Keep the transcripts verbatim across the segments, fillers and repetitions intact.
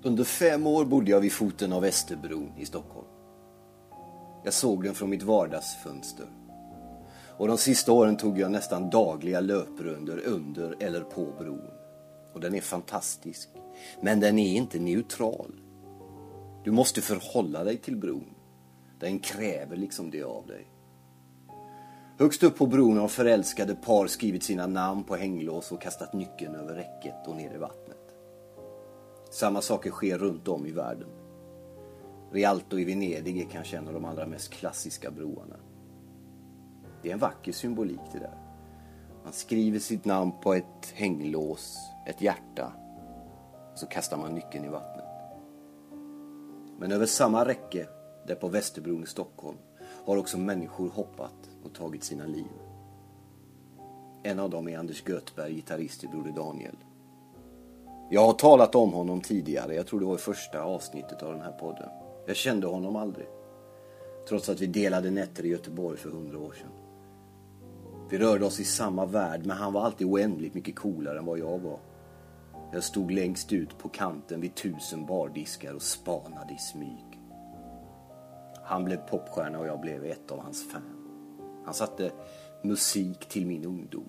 Under fem år bodde jag vid foten av Västerbron i Stockholm. Jag såg den från mitt vardagsfönster. Och de sista åren tog jag nästan dagliga löprundor under eller på bron. Och den är fantastisk. Men den är inte neutral. Du måste förhålla dig till bron. Den kräver liksom det av dig. Högst upp på bron har förälskade par skrivit sina namn på hänglås och kastat nyckeln över räcket och ner i vattnet. Samma saker sker runt om i världen. Rialto i Venedig är kanske en av de allra mest klassiska broarna. Det är en vacker symbolik det där. Man skriver sitt namn på ett hänglås, ett hjärta, och så kastar man nyckeln i vattnet. Men över samma räcke, där på Västerbron i Stockholm, har också människor hoppat och tagit sina liv. En av dem är Anders Göthberg, gitarrist i Broder Daniel. Jag har talat om honom tidigare, jag tror det var i första avsnittet av den här podden. Jag kände honom aldrig, trots att vi delade nätter i Göteborg för hundra år sedan. Vi rörde oss i samma värld, men han var alltid oändligt mycket coolare än vad jag var. Jag stod längst ut på kanten vid tusen bardiskar och spanade i smyg. Han blev popstjärna och jag blev ett av hans fan. Han satte musik till min ungdom.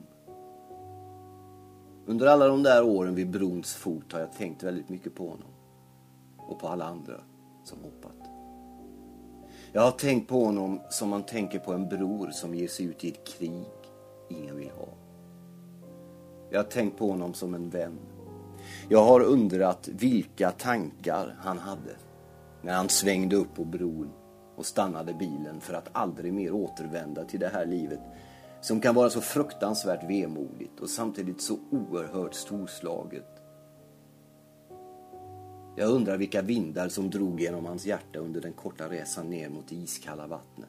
Under alla de där åren vid brons fot har jag tänkt väldigt mycket på honom. Och på alla andra som hoppat. Jag har tänkt på honom som man tänker på en bror som ger sig ut i ett krig ingen vill ha. Jag har tänkt på honom som en vän. Jag har undrat vilka tankar han hade när han svängde upp på bron och stannade bilen för att aldrig mer återvända till det här livet som kan vara så fruktansvärt vemodigt och samtidigt så oerhört storslaget. Jag undrar vilka vindar som drog genom hans hjärta under den korta resan ner mot det iskalla vattnet.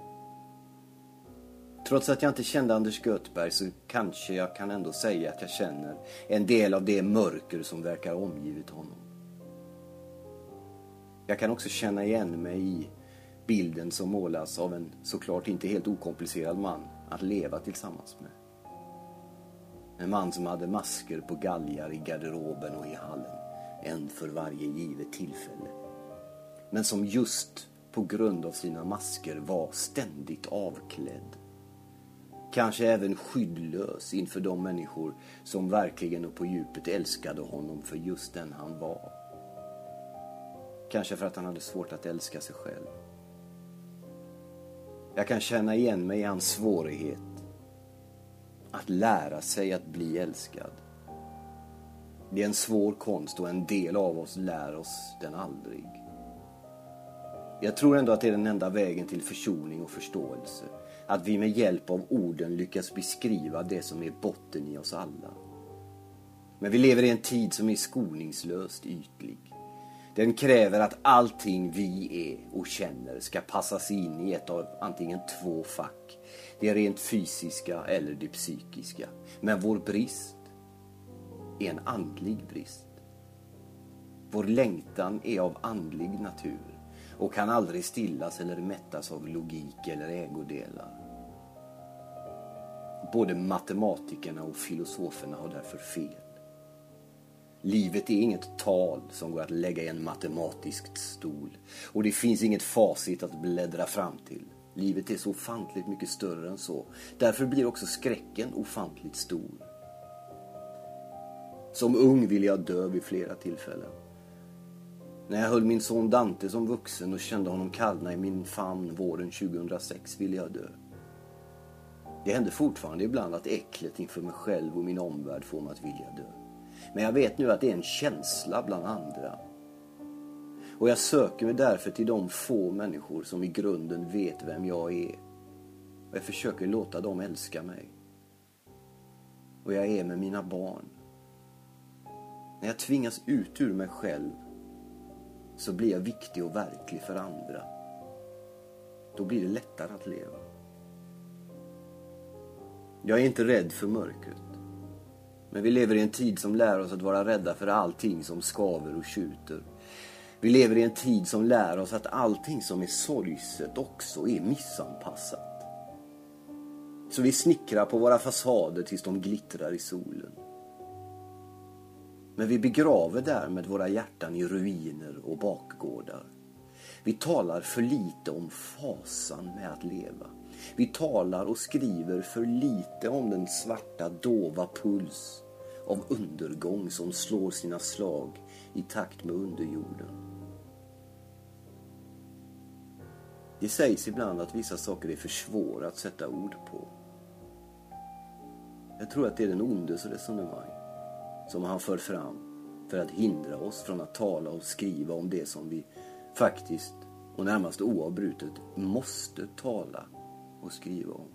Trots att jag inte kände Anders Göthberg så kanske jag kan ändå säga att jag känner en del av det mörker som verkar omgivet honom. Jag kan också känna igen mig i bilden som målas av en såklart inte helt okomplicerad man att leva tillsammans med. En man som hade masker på galgar i garderoben och i hallen, en för varje givet tillfälle. Men som just på grund av sina masker var ständigt avklädd. Kanske även skyddlös inför de människor som verkligen och på djupet älskade honom för just den han var. Kanske för att han hade svårt att älska sig själv. Jag kan känna igen mig i hans svårighet att lära sig att bli älskad. Det är en svår konst och en del av oss lär oss den aldrig. Jag tror ändå att det är den enda vägen till försoning och förståelse. Att vi med hjälp av orden lyckas beskriva det som är botten i oss alla. Men vi lever i en tid som är skoningslöst ytlig. Den kräver att allting vi är och känner ska passas in i ett av antingen två fack. Det rent fysiska eller det psykiska. Men vår brist är en andlig brist. Vår längtan är av andlig natur och kan aldrig stillas eller mättas av logik eller ägodelar. Både matematikerna och filosoferna har därför fel. Livet är inget tal som går att lägga i en matematisk stol. Och det finns inget facit att bläddra fram till. Livet är så ofantligt mycket större än så. Därför blir också skräcken ofantligt stor. Som ung ville jag dö vid flera tillfällen. När jag höll min son Dante som vuxen och kände honom kallna i min famn våren tjugohundrasex ville jag dö. Det händer fortfarande ibland att äcklet inför mig själv och min omvärld får mig att vilja dö. Men jag vet nu att det är en känsla bland andra. Och jag söker mig därför till de få människor som i grunden vet vem jag är. Och jag försöker låta dem älska mig. Och jag är med mina barn. När jag tvingas ut ur mig själv så blir jag viktig och verklig för andra. Då blir det lättare att leva. Jag är inte rädd för mörkret. Men vi lever i en tid som lär oss att vara rädda för allting som skaver och tjuter. Vi lever i en tid som lär oss att allting som är sorgset också är missanpassat. Så vi snickrar på våra fasader tills de glittrar i solen. Men vi begraver därmed våra hjärtan i ruiner och bakgårdar. Vi talar för lite om fasan med att leva. Vi talar och skriver för lite om den svarta dova puls av undergång som slår sina slag i takt med underjorden. Det sägs ibland att vissa saker är för svåra att sätta ord på. Jag tror att det är den ondes resonemang som han för fram för att hindra oss från att tala och skriva om det som vi faktiskt och närmast oavbrutet måste tala och skriva om.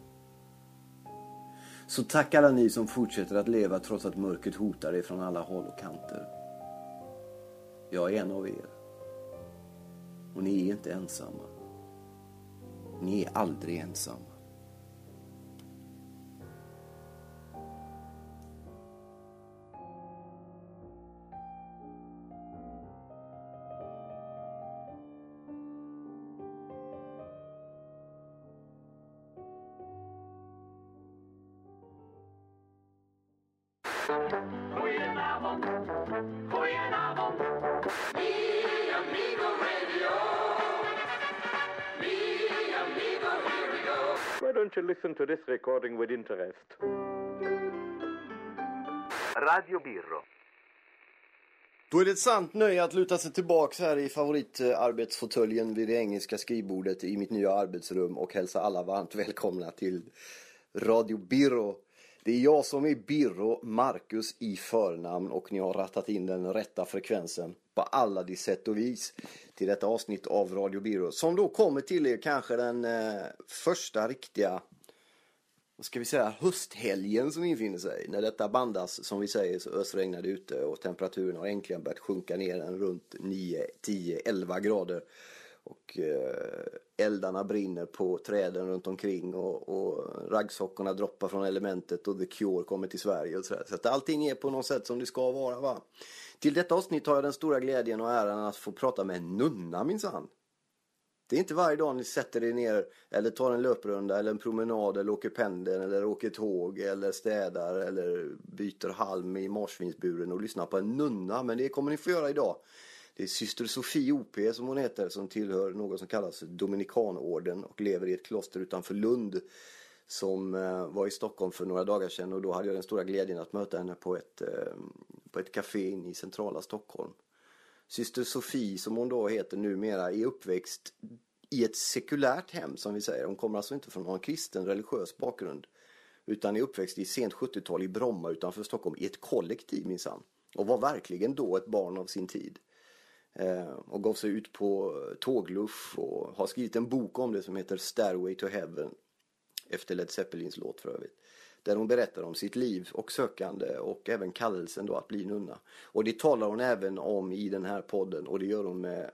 Så tack alla ni som fortsätter att leva trots att mörkret hotar er från alla håll och kanter. Jag är en av er. Och ni är inte ensamma. Ni är aldrig ensamma. Why don't you listen to this recording with interest? Radio Birro. Då är det ett sant nöje att luta sig tillbaka här i favoritarbetsfåtöljen vid det engelska skrivbordet i mitt nya arbetsrum och hälsa alla varmt välkomna till Radio Birro. Det är jag som är Birro, Marcus i förnamn, och ni har rattat in den rätta frekvensen på alla de sätt och vis till detta avsnitt av Radio Birro, som då kommer till er kanske den eh, första riktiga, vad ska vi säga, hösthelgen som infinner sig. När detta bandas, som vi säger, så ösregnar det ute och temperaturen har äntligen börjat sjunka ner en runt nio, tio, elva grader. Och eh, eldarna brinner på träden runt omkring och, och raggsockorna droppar från elementet och The Cure kommer till Sverige och sådär. Så att allting är på något sätt som det ska vara, va? Till detta avsnitt har jag den stora glädjen och äran att få prata med en nunna, minsann. Det är inte varje dag ni sätter er ner eller tar en löprunda eller en promenad eller åker pendeln eller åker tåg eller städar eller byter halm i marsvinsburen och lyssnar på en nunna. Men det kommer ni få göra idag. Det är syster Sofie O P som hon heter, som tillhör något som kallas Dominikanorden och lever i ett kloster utanför Lund, som var i Stockholm för några dagar sedan, och då hade jag den stora glädjen att möta henne på ett, på ett café in i centrala Stockholm. Syster Sofie, som hon då heter numera, är uppväxt i ett sekulärt hem, som vi säger. Hon kommer alltså inte från någon kristen religiös bakgrund, utan är uppväxt i sent sjuttiotal i Bromma utanför Stockholm i ett kollektiv, minsann. Och var verkligen då ett barn av sin tid. Eh, och gav sig ut på tågluff och har skrivit en bok om det som heter Stairway to Heaven, efter Led Zeppelins låt för övrigt, där hon berättar om sitt liv och sökande och även kallelsen då att bli nunna. Och det talar hon även om i den här podden, och det gör hon med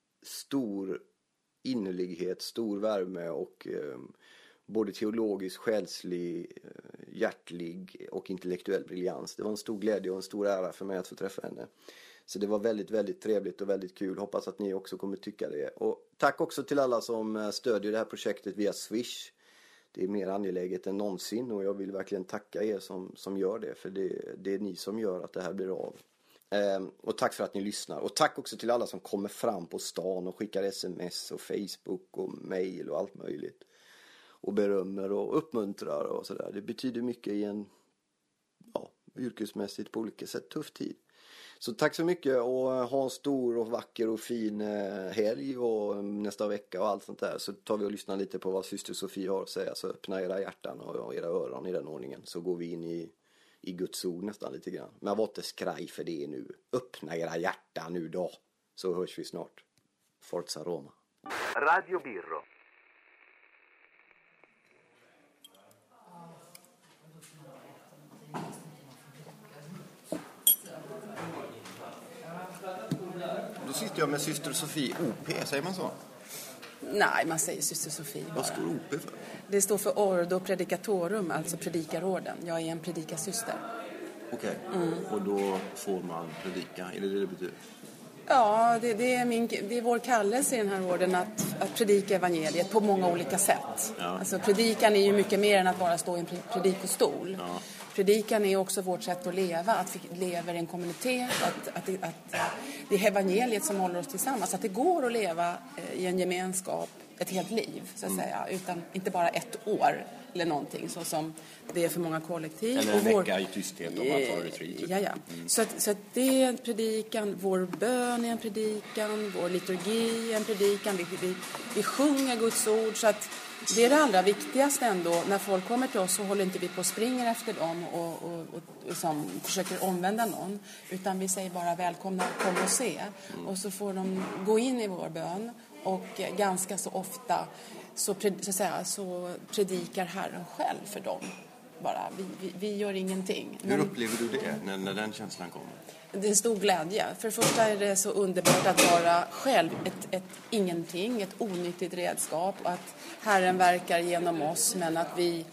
stor innerlighet, stor värme och eh, både teologisk, själslig, eh, hjärtlig och intellektuell briljans. Det var en stor glädje och en stor ära för mig att få träffa henne. Så det var väldigt, väldigt trevligt och väldigt kul. Hoppas att ni också kommer tycka det. Och tack också till alla som stödjer det här projektet via Swish. Det är mer angeläget än någonsin, och jag vill verkligen tacka er som, som gör det. För det, det är ni som gör att det här blir av. Ehm, och tack för att ni lyssnar. Och tack också till alla som kommer fram på stan och skickar sms och Facebook och mail och allt möjligt. Och berömmer och uppmuntrar och sådär. Det betyder mycket i en, ja, yrkesmässigt på olika sätt tuff tid. Så tack så mycket, och ha en stor och vacker och fin helg och nästa vecka och allt sånt där. Så tar vi och lyssnar lite på vad syster Sofie har att säga. Så öppna era hjärtan och era öron i den ordningen. Så går vi in i, i Guds ord nästan lite grann. Men var inte skraj för det nu. Öppna era hjärtan nu då. Så hörs vi snart. Forza Roma. Radio Birro. Då sitter jag med syster Sofie O P, säger man så? Nej, man säger syster Sofie bara. Vad står O P för? Det står för Ordo Predicatorum, alltså predikarorden. Jag är en predikasyster. Okej, okay. mm. Och då får man predika, är det det det betyder? Ja, det, det, är min, det är vår kallelse i den här orden att, att predika evangeliet på många olika sätt. Ja. Alltså predikan är ju mycket mer än att bara stå i en predikostol. Ja. predikan är också vårt sätt att leva, att vi lever i en kommunitet, att, att, det, att det är evangeliet som håller oss tillsammans, att det går att leva i en gemenskap ett helt liv, så att säga, utan inte bara ett år eller någonting, så som det är för många kollektiv. Eller en vår, vecka i tysthet om man tar retreat. Ja, ja. Mm. Så, att, så att det är en predikan, vår bön är en predikan, vår liturgi är en predikan, vi, vi, vi sjunger Guds ord, så att det är det allra viktigaste ändå. När folk kommer till oss så håller inte vi på och springer efter dem och, och, och, och liksom försöker omvända någon, utan vi säger bara välkomna, kom och se. Mm. Och så får de gå in i vår bön, och ganska så ofta så, så, att säga, så predikar Herren själv för dem. Bara, vi, vi, vi gör ingenting. Hur upplever du det när, när den känslan kommer? Det är en stor glädje. För det första är det så underbart att vara själv ett, ett ingenting, ett onyttigt redskap. Och att Herren verkar genom oss, men att vi,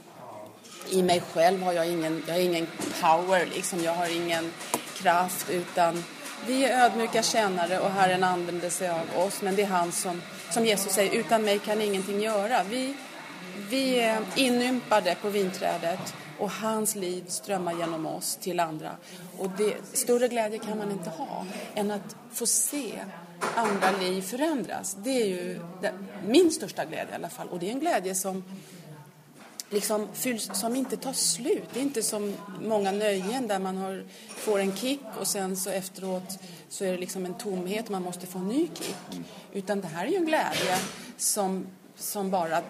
i mig själv har jag ingen, jag har ingen power, liksom. Jag har ingen kraft, utan vi är ödmjuka tjänare och Herren använder sig av oss. Men det är han som, som Jesus säger, utan mig kan ingenting göra. Vi, vi är inympade på vinträdet och hans liv strömmar genom oss till andra. Och det, större glädje kan man inte ha än att få se andra liv förändras. Det är ju det, min största glädje i alla fall. Och det är en glädje som liksom fylls, som inte tar slut. Det är inte som många nöjen där man har, får en kick och sen så efteråt så är det liksom en tomhet och man måste få en ny kick. Utan det här är ju en glädje som, som bara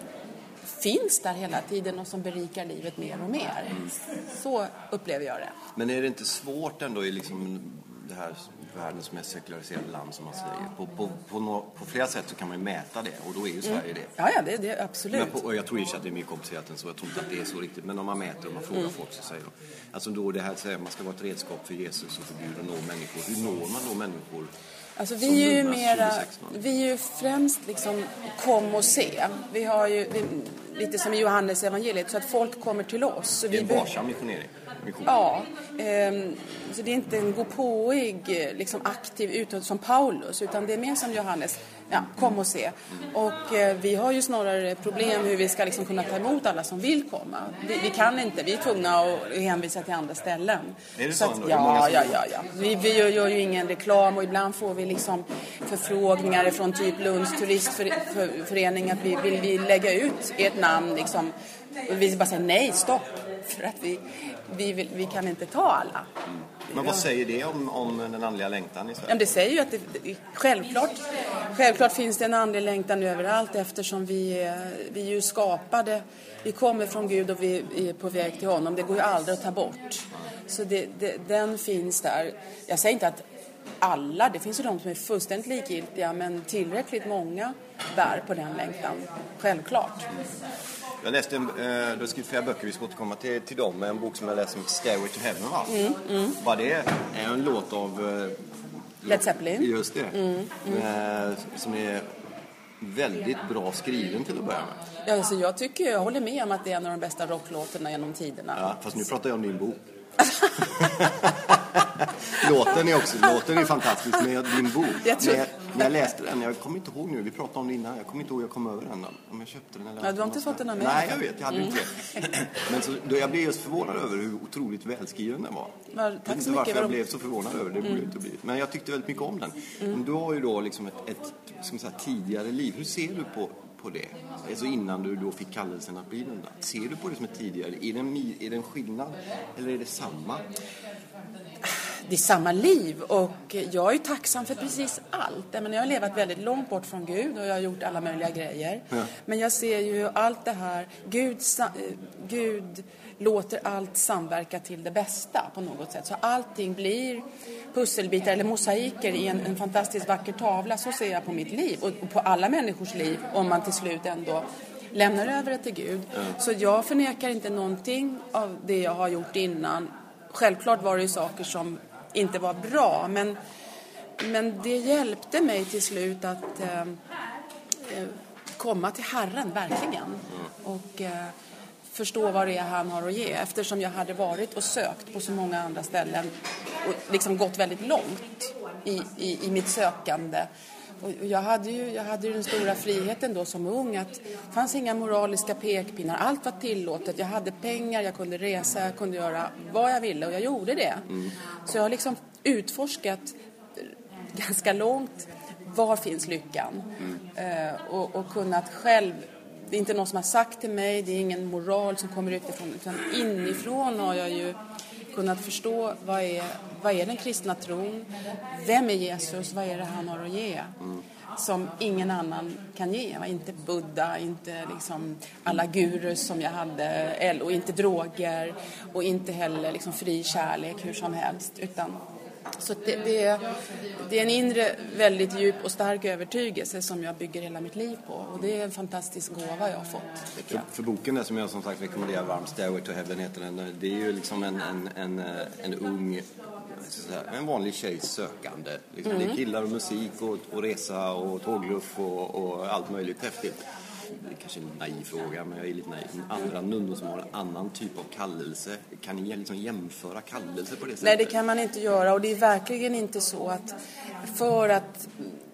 finns där hela tiden och som berikar livet mer och mer. Så upplever jag det. Men är det inte svårt ändå i liksom det här världens mest sekulariserade land, som man säger? På, på, på, no, på flera sätt så kan man ju mäta det, och då är ju Sverige mm. det. Ja, ja, det, det är absolut. Men på, och jag tror inte att det är mer komplicerat än så. Jag tror inte att det är så riktigt. Men om man mäter och man frågar mm. folk så säger de, alltså då det här säger att man ska vara ett redskap för Jesus och för Gud och nå människor. Hur når man då människor? Alltså vi är ju mera, vi är ju främst liksom kom och se. Vi har ju vi, lite som i Johannes evangeliet, så att folk kommer till oss. Så det är en vi varsam missionering. Mission. Ja, eh, så det är inte en gåpåig, liksom aktiv utåt som Paulus, utan det är mer som Johannes. Ja, kom och se. Och eh, vi har ju snarare problem hur vi ska liksom kunna ta emot alla som vill komma. Vi, vi kan inte, vi är tvungna att hänvisa till andra ställen. Är det så så? Att, ja, ja, ja, ja. Vi, vi gör, gör ju ingen reklam, och ibland får vi liksom förfrågningar från typ Lunds turistförening att vi vill vi lägga ut ert namn liksom. Och vi bara säger nej, stopp. För att vi, vi, vill, vi kan inte ta alla. Mm. Men vad säger det om, om den andliga längtan i Sverige? Ja, det säger ju att det, det, självklart, självklart finns det en andlig längtan överallt, eftersom vi, vi är ju skapade. Vi kommer från Gud och vi är på väg till honom. Det går ju aldrig att ta bort. Så det, det, den finns där. Jag säger inte att alla, det finns ju de som är fullständigt likgiltiga, men tillräckligt många bär på den längtan. Självklart. Jag läste en, eh, du har skrivit flera böcker, vi ska återkomma till, till dem, med en bok som jag läste som Stairway to Heaven, va? Mm, mm. Vad det är, är en låt av eh, Led Zeppelin. Just det. Mm, mm. Eh, som är väldigt bra skriven till att börja med. Ja, alltså jag tycker, jag håller med om att det är en av de bästa rocklåtarna genom tiderna. Ja, fast nu pratar jag om din bok. låten är också låten är fantastisk med din bok. Jag tror... när, jag, när jag läste den, jag kommer inte ihåg nu, vi pratade om det innan, jag kommer inte ihåg jag kom över den om jag köpte den eller. Ja, du har inte fått den av mig. Nej, jag vet, jag hade mm. inte det. Men så, då jag blev just förvånad över hur otroligt välskriven den var. Ja, tack inte så mycket. Varför jag blev så förvånad över det, borde mm. inte bli. Men jag tyckte väldigt mycket om den. Mm. Men du har ju då liksom ett, ett som säga, tidigare liv. Hur ser du på på det? Alltså innan du då fick kallelsen att bli den där. Ser du på det som ett tidigare? Är det en, är det en skillnad? Eller är det samma? Det är samma liv, och jag är ju tacksam för precis allt. Men jag har levat väldigt långt bort från Gud och jag har gjort alla möjliga grejer. Ja. Men jag ser ju allt det här, Gud, Gud låter allt samverka till det bästa på något sätt. Så allting blir pusselbitar eller mosaiker i en, en fantastiskt vacker tavla. Så ser jag på mitt liv och på alla människors liv, om man till slut ändå lämnar över det till Gud. Ja. Så jag förnekar inte någonting av det jag har gjort innan. Självklart var det ju saker som inte var bra, men, men det hjälpte mig till slut att eh, komma till Herren verkligen och eh, förstå vad det är han har att ge, eftersom jag hade varit och sökt på så många andra ställen och liksom gått väldigt långt i, i, i mitt sökande. Och jag hade ju jag hade ju den stora friheten då som ung att det fanns inga moraliska pekpinnar. Allt var tillåtet. Jag hade pengar, jag kunde resa, jag kunde göra vad jag ville och jag gjorde det. Mm. Så jag har liksom utforskat ganska långt var finns lyckan. Mm. Eh, och, och kunnat själv, det är inte någon som har sagt till mig, det är ingen moral som kommer utifrån, utan inifrån har jag ju kunnat förstå vad är, vad är den kristna tron, vem är Jesus, vad är det han har att ge mm. som ingen annan kan ge, inte Buddha, inte liksom alla gurus som jag hade, och inte droger och inte heller liksom fri kärlek hur som helst, utan så det, det, är, det är en inre väldigt djup och stark övertygelse som jag bygger hela mitt liv på. Och det är en fantastisk gåva jag har fått. För, för boken där som jag som sagt rekommenderar varmt, Stairway to Heaven heter den. Det är ju liksom en, en, en, en ung, en vanlig tjejs sökande. Liksom. Mm. Det är killar och musik och, och resa och tågluff och, och allt möjligt häftigt. Det är kanske en naiv fråga, men jag är lite naiv. Andra nunnor som har en annan typ av kallelse, kan ni liksom jämföra kallelse på det sättet? Nej, det kan man inte göra, och det är verkligen inte så att för att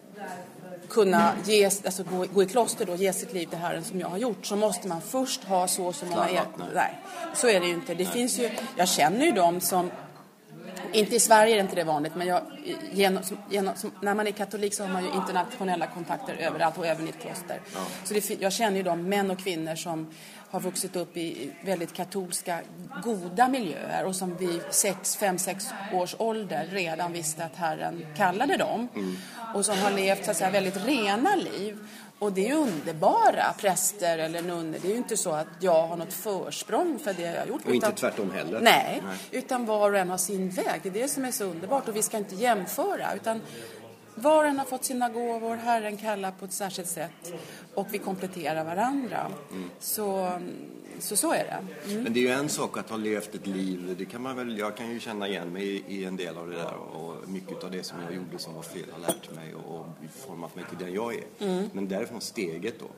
kunna ge, alltså gå, gå i kloster då, ge sitt liv till Herren som jag har gjort, så måste man först ha så som man är. Nej, så är det ju inte. Det finns ju, jag känner ju dem som, inte i Sverige är det inte det vanligt, men jag, genom, genom, som, när man är katolik så har man ju internationella kontakter överallt och även i ett kloster. Ja. Så det, jag känner ju de män och kvinnor som har vuxit upp i väldigt katolska, goda miljöer och som vid sex, fem, sex års ålder redan visste att Herren kallade dem. Mm. Och som har levt så att säga, väldigt rena liv. Och det är ju underbara präster eller nunnor. Det är ju inte så att jag har något försprång för det jag har gjort. Och utan, inte tvärtom heller. Nej, nej, utan var och en har sin väg. Det är det som är så underbart. Och vi ska inte jämföra, utan var och en har fått sina gåvor. Herren kallar på ett särskilt sätt. Och vi kompletterar varandra. Mm. Så... Så så är det. Mm. Men det är ju en sak att ha levt ett liv. Det kan man väl, jag kan ju känna igen mig i, i en del av det där. Och mycket av det som jag gjorde som var fel har lärt mig och, och format mig till den jag är. Mm. Men därifrån steget då.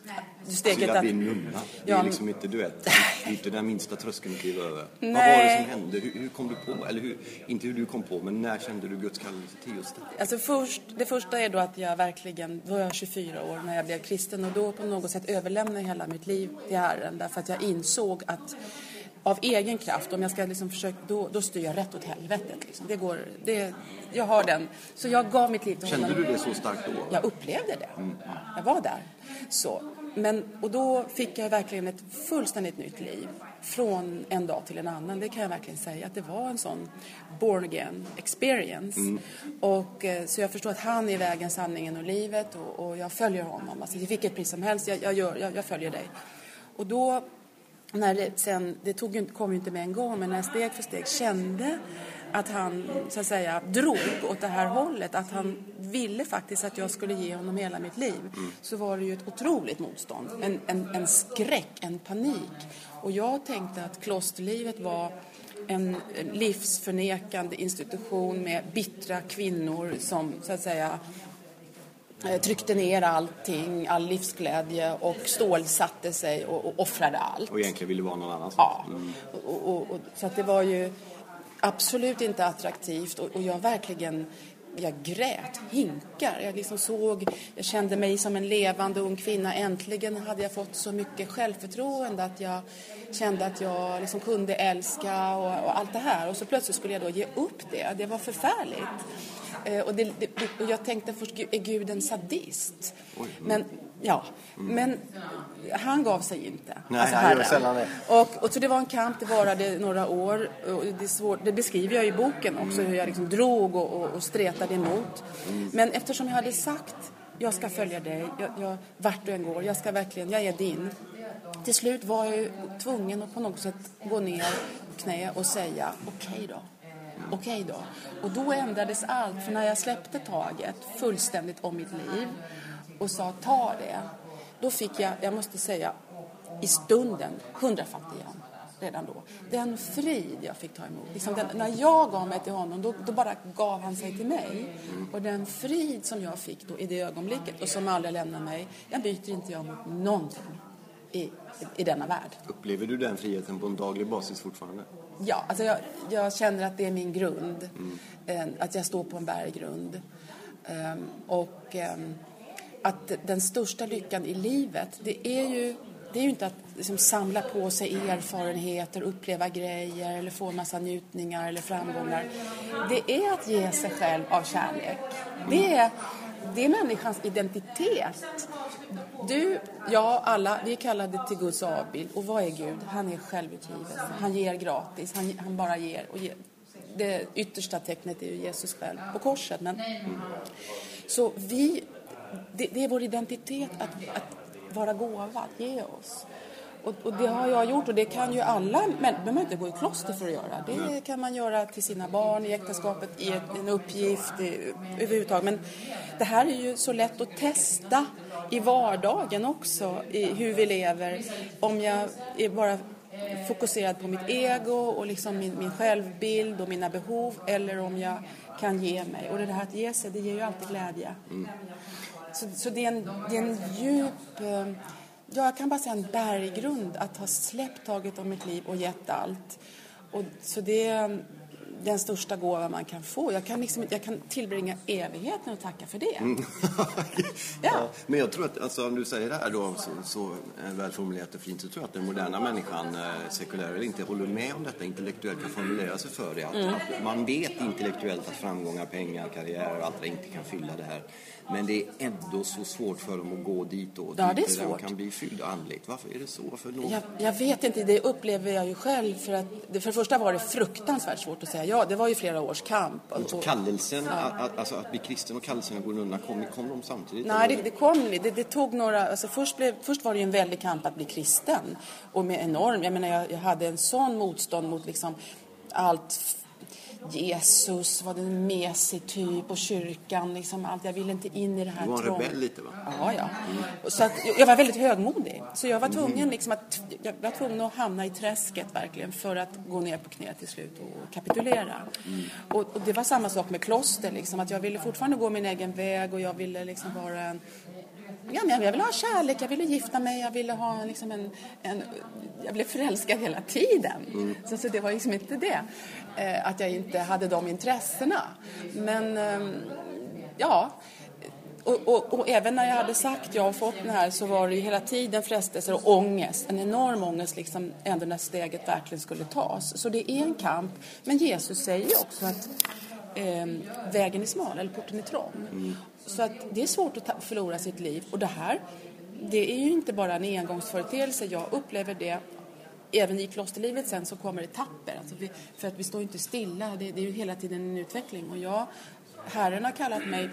Steget att att bli nunna. Det är ja, liksom inte, du vet, inte den minsta tröskeln att kliva över. Nej. Vad var det som hände? Hur, hur kom du på? Eller hur, inte hur du kom på, men när kände du Guds kallelse till just det? Alltså först, det första är då att jag verkligen, då var jag tjugofyra år när jag blev kristen, och då på något sätt överlämnade hela mitt liv till Herren, därför att jag insåg att av egen kraft, om jag ska liksom försöka, då, då styr jag rätt åt helvetet. Liksom. Det går, det, jag har den. Så jag gav mitt liv till honom. Kände du det så starkt då? Jag upplevde det. Mm. Jag var där. Så. Men, och då fick jag verkligen ett fullständigt nytt liv. Från en dag till en annan. Det kan jag verkligen säga. Att det var en sån born again experience. Mm. Och, så jag förstår att han är vägen, sanningen och livet. Och, och jag följer honom. Alltså, vilket pris som helst. Jag, jag, gör, jag, jag följer dig. Och då... När det, sen, det tog ju, kom ju inte med en gång, men när jag steg för steg kände att han så att säga drog åt det här hållet, att han ville faktiskt att jag skulle ge honom hela mitt liv, mm. så var det ju ett otroligt motstånd, en, en, en skräck, en panik. Och jag tänkte att klosterlivet var en livsförnekande institution med bittra kvinnor som så att säga tryckte ner allting, all livsglädje och stålsatte sig och, och offrade allt. Och egentligen ville vara någon annanstans. Ja, mm. och, och, och, så att det var ju absolut inte attraktivt, och, och jag verkligen, jag grät, hinkar. Jag liksom såg, jag kände mig som en levande ung kvinna. Äntligen hade jag fått så mycket självförtroende att jag kände att jag liksom kunde älska och, och allt det här. Och så plötsligt skulle jag då ge upp det. Det var förfärligt. Och, det, det, och jag tänkte först, är Gud en sadist? Oj, men, ja, mm. men han gav sig inte. Nej, alltså han gör sällan det. Och, och så det var en kamp, det varade några år. Och det, är svårt, det beskriver jag i boken också, mm. hur jag liksom drog och, och, och stretade emot. Mm. Men eftersom jag hade sagt, jag ska följa dig, jag, jag, vart du än går, jag ska verkligen, jag är din. Till slut var jag tvungen att på något sätt gå ner på knä och säga, okej okay då. Okej då. Och då ändrades allt. För när jag släppte taget fullständigt om mitt liv och sa ta det, då fick jag, jag måste säga, i stunden hundrafalt igen. Redan då. Den frid jag fick ta emot. Liksom den, när jag gav mig till honom, då, då bara gav han sig till mig. Och den frid som jag fick då i det ögonblicket, och som aldrig lämnar mig, jag byter inte jag mot någonting i, i denna värld. Upplever du den friheten på en daglig basis fortfarande? Ja, alltså jag, jag känner att det är min grund. Mm. Att jag står på en berggrund. Um, och um, att den största lyckan i livet, det är ju, det är ju inte att liksom samla på sig erfarenheter, uppleva grejer eller få en massa njutningar eller framgångar. Det är att ge sig själv av kärlek. Det är, det är människans identitet. Du, jag, alla, vi är kallade till Guds avbild. Och vad är Gud? Han är självutgivelse. Han ger gratis. Han, han bara ger. Och ger. Det yttersta tecknet är ju Jesus själv på korset. Men, så vi, det, det är vår identitet att, att vara gåvad, ge oss. Och, och det har jag gjort, och det kan ju alla, men man inte gå i kloster för att göra. Det kan man göra till sina barn, i äktenskapet, i en uppgift, i, överhuvudtaget. Men det här är ju så lätt att testa i vardagen också, i hur vi lever. Om jag är bara fokuserad på mitt ego och liksom min, min självbild och mina behov, eller om jag kan ge mig. Och det här att ge sig, det ger ju alltid glädje. Mm. Så, så det, är en, det är en djup... Ja, jag kan bara säga en berggrund att ha släppt taget om mitt liv och gett allt. Och, så det är den största gåvan man kan få. Jag kan, liksom, jag kan tillbringa evigheten och tacka för det. Mm. ja. Ja, men jag tror att, alltså, om du säger det här då, så, så välformulerat och fint, så tror jag att den moderna människan, sekulär eller inte, håller med om detta intellektuellt, kan formulera sig för det. Att, mm. att man vet intellektuellt att framgångar, pengar, karriär och allt det inte kan fylla det här. Men det är ändå så svårt för dem att gå dit och ja, det är svårt. De kan bli fyllda andligt. Varför är det så? För någon? jag, jag vet inte, det upplever jag ju själv. För att det, för det första var det fruktansvärt svårt att säga ja. Det var ju flera års kamp. Och, kallelsen, ja. att, alltså att bli kristen och kallelsen att gå undan, kom, kom de samtidigt? Nej, det, det kom det, det tog några, alltså först, blev, först var det ju en väldig kamp att bli kristen. Och med enorm, jag menar jag, jag hade en sån motstånd mot liksom allt. Jesus var den mesig typ, och kyrkan liksom allt. Jag ville inte in i det här. Du var en rebell lite, va? Ja, ja. Mm. Så att jag var väldigt högmodig. Så jag var tvungen liksom att jag var tvungen att hamna i träsket verkligen för att gå ner på knä till slut och kapitulera. Mm. Och, och det var samma sak med kloster liksom, att jag ville fortfarande gå min egen väg, och jag ville liksom vara en Ja, men jag ville ha kärlek, jag ville gifta mig, jag ville ha liksom en, en jag blev förälskad hela tiden. Mm. Så, så det var liksom inte det, eh, att jag inte hade de intressena. Men eh, ja, och, och, och även när jag hade sagt jag har fått den här, så var det ju hela tiden frestelser och ångest, en enorm ångest liksom, ändå när steget verkligen skulle tas. Så det är en kamp, men Jesus säger ju också att eh, vägen är smal eller porten är trång. Mm. Så att det är svårt att ta- förlora sitt liv. Och det här, det är ju inte bara en engångsföreteelse. Jag upplever det även i klosterlivet. Sen så kommer det tapper. Alltså vi, för att vi står inte stilla. Det, det är ju hela tiden en utveckling. Och jag, Herren har kallat mig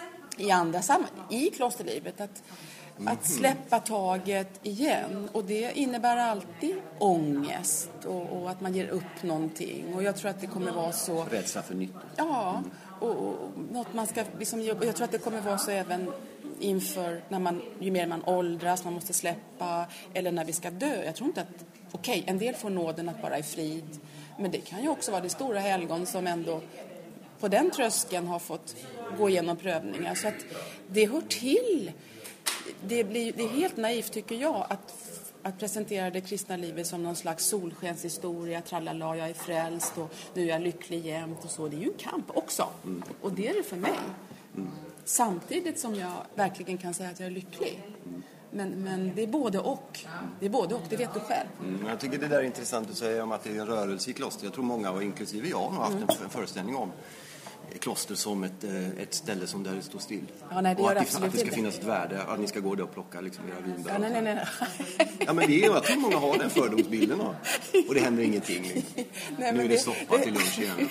i andra sammanhang, i klosterlivet, att, mm. att släppa taget igen. Och det innebär alltid ångest. Och, och att man ger upp någonting. Och jag tror att det kommer vara så... Rädsla för nytt. Ja, mm. Och, och något man ska liksom, jag tror att det kommer vara så även inför när man, ju mer man åldras, man måste släppa, eller när vi ska dö. Jag tror inte att, okej, okay, en del får nåden att vara i frid, men det kan ju också vara det stora helgon som ändå på den tröskeln har fått gå igenom prövningar. Så att det hör till. Det, blir, det är helt naivt, tycker jag, att Att presentera det kristna livet som någon slags solskenshistoria, trallala, jag är frälst och nu är jag lycklig jämt och så. Det är ju en kamp också. Mm. Och det är det för mig. Mm. Samtidigt som jag verkligen kan säga att jag är lycklig. Mm. Men, men det är både och. Det är både och, det vet du själv. Mm. Jag tycker det där är intressant att säga om att det är en rörelse i kloster. Jag tror många, och inklusive jag, har haft mm. en föreställning om kloster som ett, ett ställe som där det står still. Ja, nej, det och gör att, absolut det, att det ska inte. finnas ett värde, att ni ska gå där och plocka liksom era vinbär. Ja, nej, nej, nej. Ja, men det är ju att många har den fördomsbilden av. Och det händer ingenting. Nej, nu är det, det soppa till lunch igen.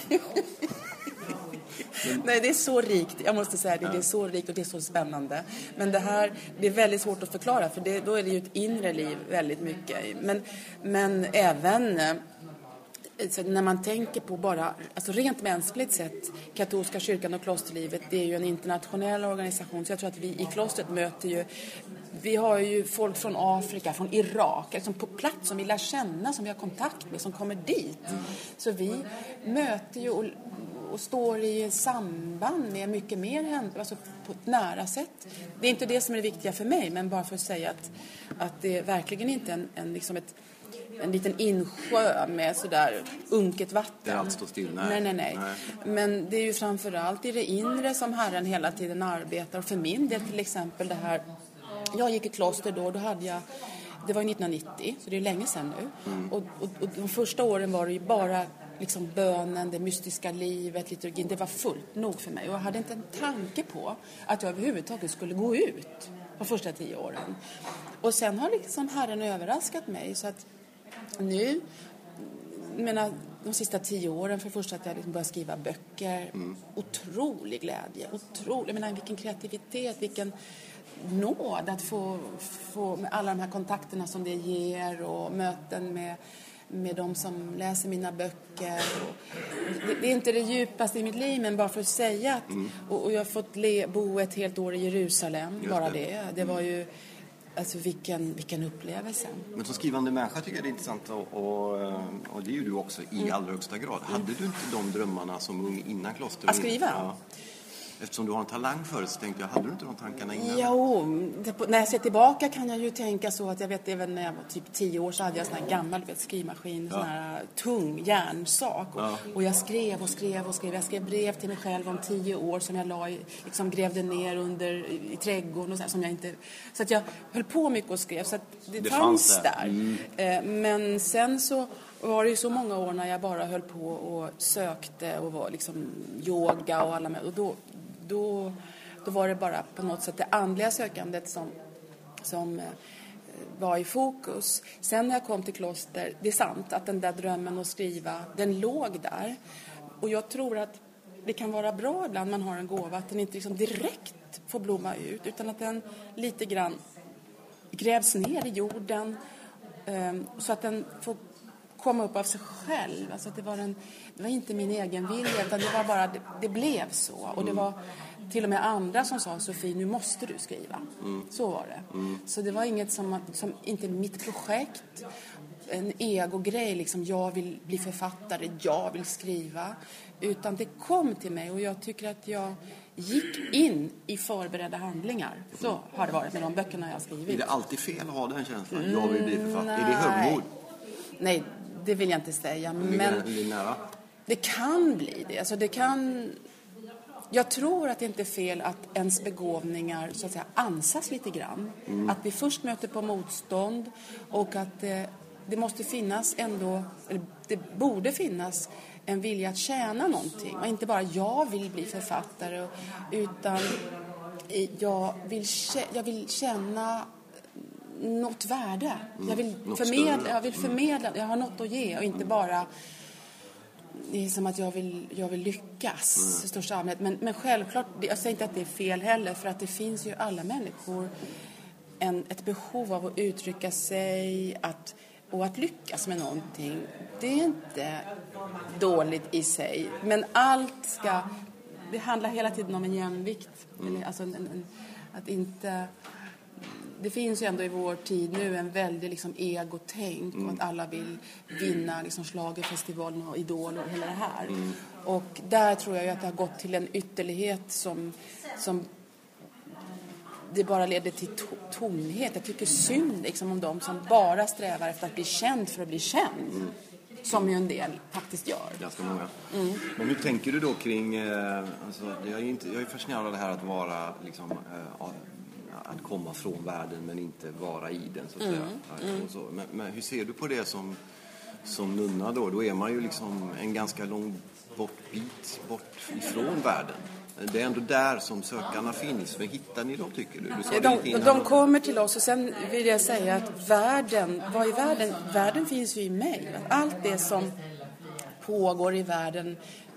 Men... Nej, det är så rikt. Jag måste säga det. Ja. Det är så rikt och det är så spännande. Men det här, det är väldigt svårt att förklara. För det, då är det ju ett inre liv väldigt mycket. Men, men även... Så när man tänker på bara, alltså rent mänskligt sett, katolska kyrkan och klosterlivet, det är ju en internationell organisation. Så jag tror att vi i klostret möter ju, vi har ju folk från Afrika, från Irak, liksom på plats som vi lär känna, som vi har kontakt med, som kommer dit. Så vi möter ju och, och står i samband med mycket mer händer, alltså på ett nära sätt. Det är inte det som är det viktiga för mig, men bara för att säga att, att det är verkligen inte en, en liksom ett en liten insjö med sådär unket vatten. Där allt står still. Nej. Nej, nej, nej. nej. Men det är ju framförallt i det inre som Herren hela tiden arbetar. Och för min del till exempel det här, jag gick i kloster då, då hade jag, det var nittonhundranittio, så det är länge sedan nu. Mm. Och, och, och de första åren var det ju bara liksom bönen, det mystiska livet, liturgin, det var fullt nog för mig. Och jag hade inte en tanke på att jag överhuvudtaget skulle gå ut de första tio åren. Och sen har liksom Herren överraskat mig så att nu, jag menar, de sista tio åren för första att jag liksom började skriva böcker, mm. otrolig glädje, otrolig, jag menar vilken kreativitet, vilken nåd att få, få med alla de här kontakterna som det ger och möten med med de som läser mina böcker. Och det, det är inte det djupaste i mitt liv, men bara för att säga att mm. och, och jag har fått le, bo ett helt år i Jerusalem, just bara det. Det, det var ju alltså vilken, vilken upplevelse. Men som skrivande människa tycker jag det är intressant och, och, och det är ju du också i mm. allra högsta grad. Hade du inte de drömmarna som ung innan klostret? Att skriva? Ja. Eftersom du har en talang för det så tänkte jag, hade du inte de tankarna innan? Jo, det, när jag ser tillbaka kan jag ju tänka så att jag vet, även när jag var typ tio år så hade jag en sån här gammal vet, skrivmaskin, ja. Sån här tung järnsak. Ja. Och, och jag skrev och skrev och skrev. Jag skrev brev till mig själv om tio år som jag la i, liksom grävde ner under i, i trädgården och så här, som jag inte... Så att jag höll på mycket och skrev, så att det, det fanns, fanns där. Mm. Eh, men sen så var det ju så många år när jag bara höll på och sökte och var liksom yoga och alla med. Och då... Då, då var det bara på något sätt det andliga sökandet som, som eh, var i fokus. Sen när jag kom till kloster, det är sant att den där drömmen att skriva, den låg där. Och jag tror att det kan vara bra ibland man har en gåva, att den inte liksom direkt får blomma ut, utan att den lite grann grävs ner i jorden eh, så att den får komma upp av sig själv. Alltså att det var en, det var inte min egen vilja, utan det var bara, det, det blev så. Och det var till och med andra som sa, Sofie, nu måste du skriva. Mm. Så var det. Mm. Så det var inget som, som inte mitt projekt, en egogrej, liksom jag vill bli författare, jag vill skriva. Utan det kom till mig och jag tycker att jag gick in i förberedda handlingar. Så har det varit med de böckerna jag har skrivit. Är det alltid fel att ha den känslan? Mm, jag vill bli författare. Är det högmod? Nej, det vill jag inte säga. Men det, nära. det kan bli det. Alltså det kan... Jag tror att det inte är fel att ens begåvningar så att säga ansas lite grann. Mm. Att vi först möter på motstånd och att det, det måste finnas ändå, eller det borde finnas en vilja att tjäna någonting. Och inte bara jag vill bli författare, utan jag vill, jag vill känna något värde. Mm. Jag, vill förmedla, jag vill förmedla, jag har något att ge och inte bara... Det är som att jag vill, jag vill lyckas mm. i största allmänhet. Men, men självklart, jag säger inte att det är fel heller. För att det finns ju alla människor en, ett behov av att uttrycka sig att, och att lyckas med någonting. Det är inte dåligt i sig. Men allt ska... Det handlar hela tiden om en jämvikt. Mm. Eller, alltså en, en, att inte... Det finns ju ändå i vår tid nu en väldigt liksom egotänk mm. och att alla vill vinna liksom schlagerfestivalen och Idol och hela det här. Mm. Och där tror jag ju att det har gått till en ytterlighet som, som det bara leder till to- tomhet. Jag tycker synd liksom om de som bara strävar efter att bli känd för att bli känd. Mm. Som ju en del faktiskt gör. Ganska många. Mm. Men hur tänker du då kring... Eh, alltså, jag, är inte, jag är fascinerad av det här att vara... Liksom, eh, att komma från världen men inte vara i den så att säga. Mm. Mm. Och så. Men, men hur ser du på det som, som nunna då? Då är man ju liksom en ganska lång bort bit bort ifrån världen. Det är ändå där som sökarna finns. Men hittar ni dem, tycker du? du sa de, de kommer till oss och sen vill jag säga att världen, vad är världen? Världen finns ju i mig. Allt det som pågår i världen,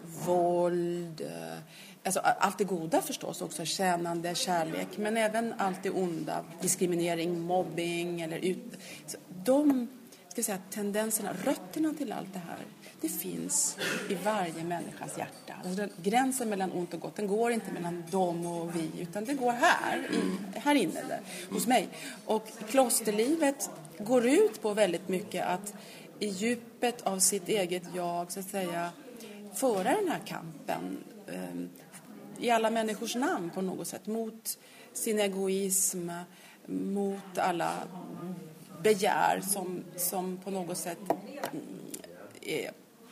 våld, alltså allt det goda förstås också, tjänande, kärlek, men även allt det onda, diskriminering, mobbing eller ut, så de ska säga tendenserna, rötterna till allt det här, det finns i varje människas hjärta. Alltså, gränsen mellan ont och gott, den går inte mellan dem och vi, utan det går här, i, här inne där, hos mig. Och klosterlivet går ut på väldigt mycket att i djupet av sitt eget jag, så att säga, föra den här kampen um, i alla människors namn på något sätt, mot sin egoism, mot alla begär som, som på något sätt är,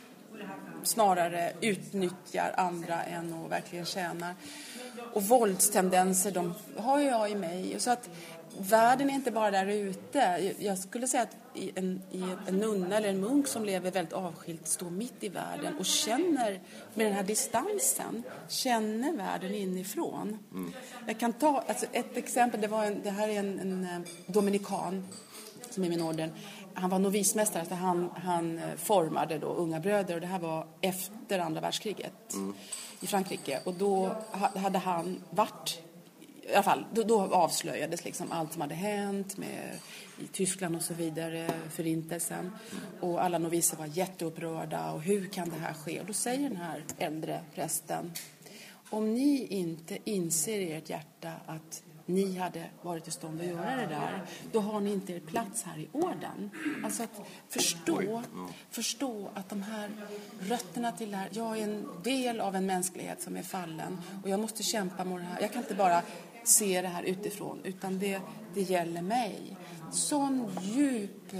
snarare utnyttjar andra än att verkligen tjäna. Och våldstendenser, de har jag i mig. Så att världen är inte bara där ute. Jag skulle säga att en, en nunna eller en munk som lever väldigt avskilt står mitt i världen och känner med den här distansen, känner världen inifrån. Mm. Jag kan ta alltså ett exempel. Det, var en, det här är en, en dominikan som är min orden. Han var novismästare, så han, han formade då unga bröder, och det här var efter andra världskriget mm. i Frankrike. Och då hade han varit, i alla fall, då, då avslöjades liksom allt som hade hänt med, i Tyskland och så vidare, förintelsen. Mm. Och alla noviser var jätteupprörda, och hur kan det här ske? Och då säger den här äldre prästen: om ni inte inser i ert hjärta att ni hade varit i stånd att göra det där, då har ni inte er plats här i orden. Alltså att förstå, förstå att de här rötterna till det här, jag är en del av en mänsklighet som är fallen, och jag måste kämpa mot det här. Jag kan inte bara se det här utifrån, utan det, det gäller mig. Sån djup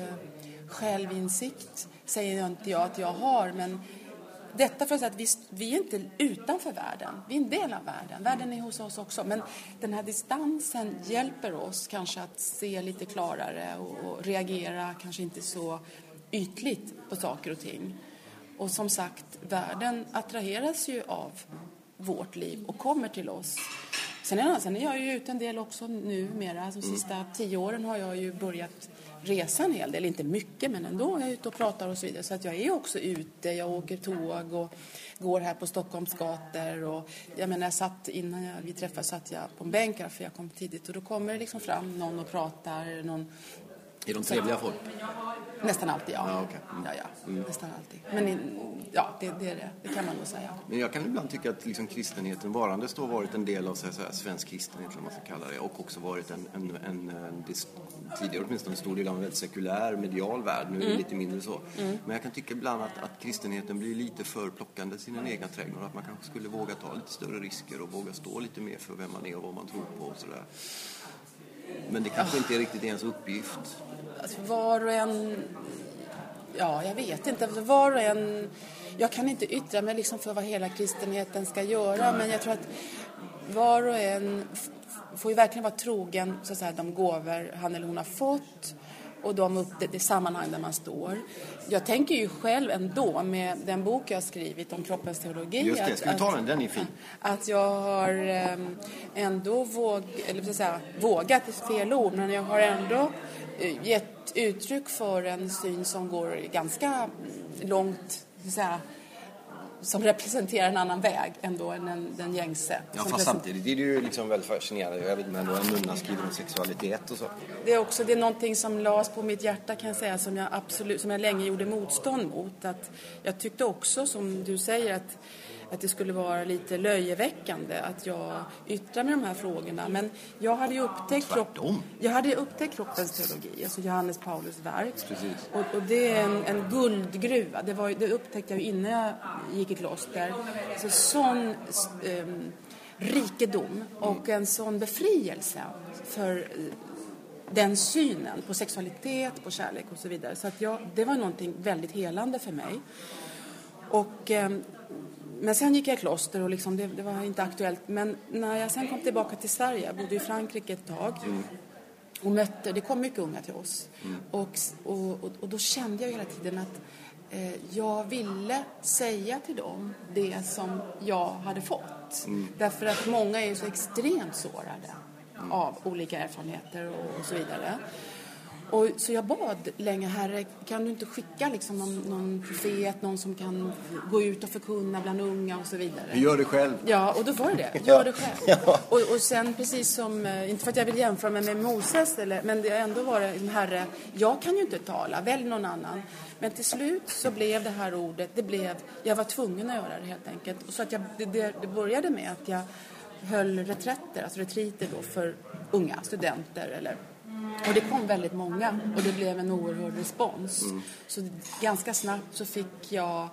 självinsikt säger inte jag att jag har, men detta för att säga att vi, vi är inte utanför världen. Vi är en del av världen. Världen är hos oss också. Men den här distansen hjälper oss kanske att se lite klarare och, och reagera kanske inte så ytligt på saker och ting. Och som sagt, världen attraheras ju av vårt liv och kommer till oss. Sen är, sen är jag ju ute en del också numera. Alltså, de sista tio åren har jag ju börjat resa en hel del, inte mycket, men ändå är jag ute och pratar och så vidare. Så att jag är också ute, jag åker tåg och går här på Stockholms gator. Och jag menar, jag satt, innan jag, vi träffades satt jag på en bänk här, för jag kom tidigt. Och då kommer det liksom fram någon och pratar. Någon, är de trevliga folk? Nästan alltid, ja. Ja, okay. mm. ja, ja mm. Nästan alltid. Men ja, det, det är det. Det kan man nog säga. Men jag kan ibland tycka att liksom kristenheten varandes har varit en del av så här, så här, svensk kristenhet, eller man ska kalla det, och också varit en, en, en, en tidigare åtminstone en stor del av en väldigt sekulär medial värld. Nu är det mm. lite mindre så. Mm. Men jag kan tycka ibland att, att kristenheten blir lite för plockande sina egna trädgårdar. Att man kanske skulle våga ta lite större risker och våga stå lite mer för vem man är och vad man tror på och sådär. Men det kanske oh. inte är riktigt ens uppgift. Alltså, var och en... Ja, jag vet inte. Var och en... Jag kan inte yttra mig liksom för vad hela kristenheten ska göra. Mm. Men jag tror att var och en får ju verkligen vara trogen, så att säga, de gåvor han eller hon har fått. Och de upp det, det sammanhang där man står. Jag tänker ju själv ändå med den bok jag har skrivit om kroppens teologi. Just det, ska vi ta den? Den är fin. Att jag har ändå våg, eller så säga, vågat, ett fel ord, men jag har ändå gett uttryck för en syn som går ganska långt, så att säga, som representerar en annan väg ändå än den, den gängse. Ja, fast samtidigt är det ju liksom väldigt fascinerande. Jag vet inte, ändå en nunna skriver om sexualitet och så. Det är också det är någonting som lades på mitt hjärta, kan jag säga, som jag absolut, som jag länge gjorde motstånd mot. Att jag tyckte också, som du säger, att att det skulle vara lite löjeväckande att jag yttrar mig de här frågorna. Men jag hade ju upptäckt, kropp, jag hade upptäckt kroppens teologi, alltså Johannes Paulus verk. Och, och det är en, en guldgruva. Det, var, det upptäckte jag ju innan jag gick i kloster. Så sån eh, rikedom och en sån befrielse för den synen på sexualitet, på kärlek och så vidare. Så att jag, det var någonting väldigt helande för mig. Och... Eh, Men sen gick jag i kloster och liksom det, det var inte aktuellt. Men när jag sen kom tillbaka till Sverige, jag bodde i Frankrike ett tag mm. och mötte, det kom mycket unga till oss. Mm. Och, och, och då kände jag hela tiden att eh, jag ville säga till dem det som jag hade fått. Mm. Därför att många är så extremt sårade mm. av olika erfarenheter och, och så vidare. Och så jag bad länge, Herre, kan du inte skicka liksom någon, någon profet, någon som kan gå ut och förkunna bland unga och så vidare. Gör det själv. Ja, och då var det det. Gör det själv. Ja. Och, och sen precis som, inte för att jag vill jämföra mig med Moses, eller, men det ändå var det, Herre, jag kan ju inte tala, välj någon annan. Men till slut så blev det här ordet, det blev, jag var tvungen att göra det helt enkelt. Och så att jag, det, det började med att jag höll reträtter, alltså retriter då för unga studenter eller. Och det kom väldigt många och det blev en oerhörd respons. Mm. Så ganska snabbt så fick jag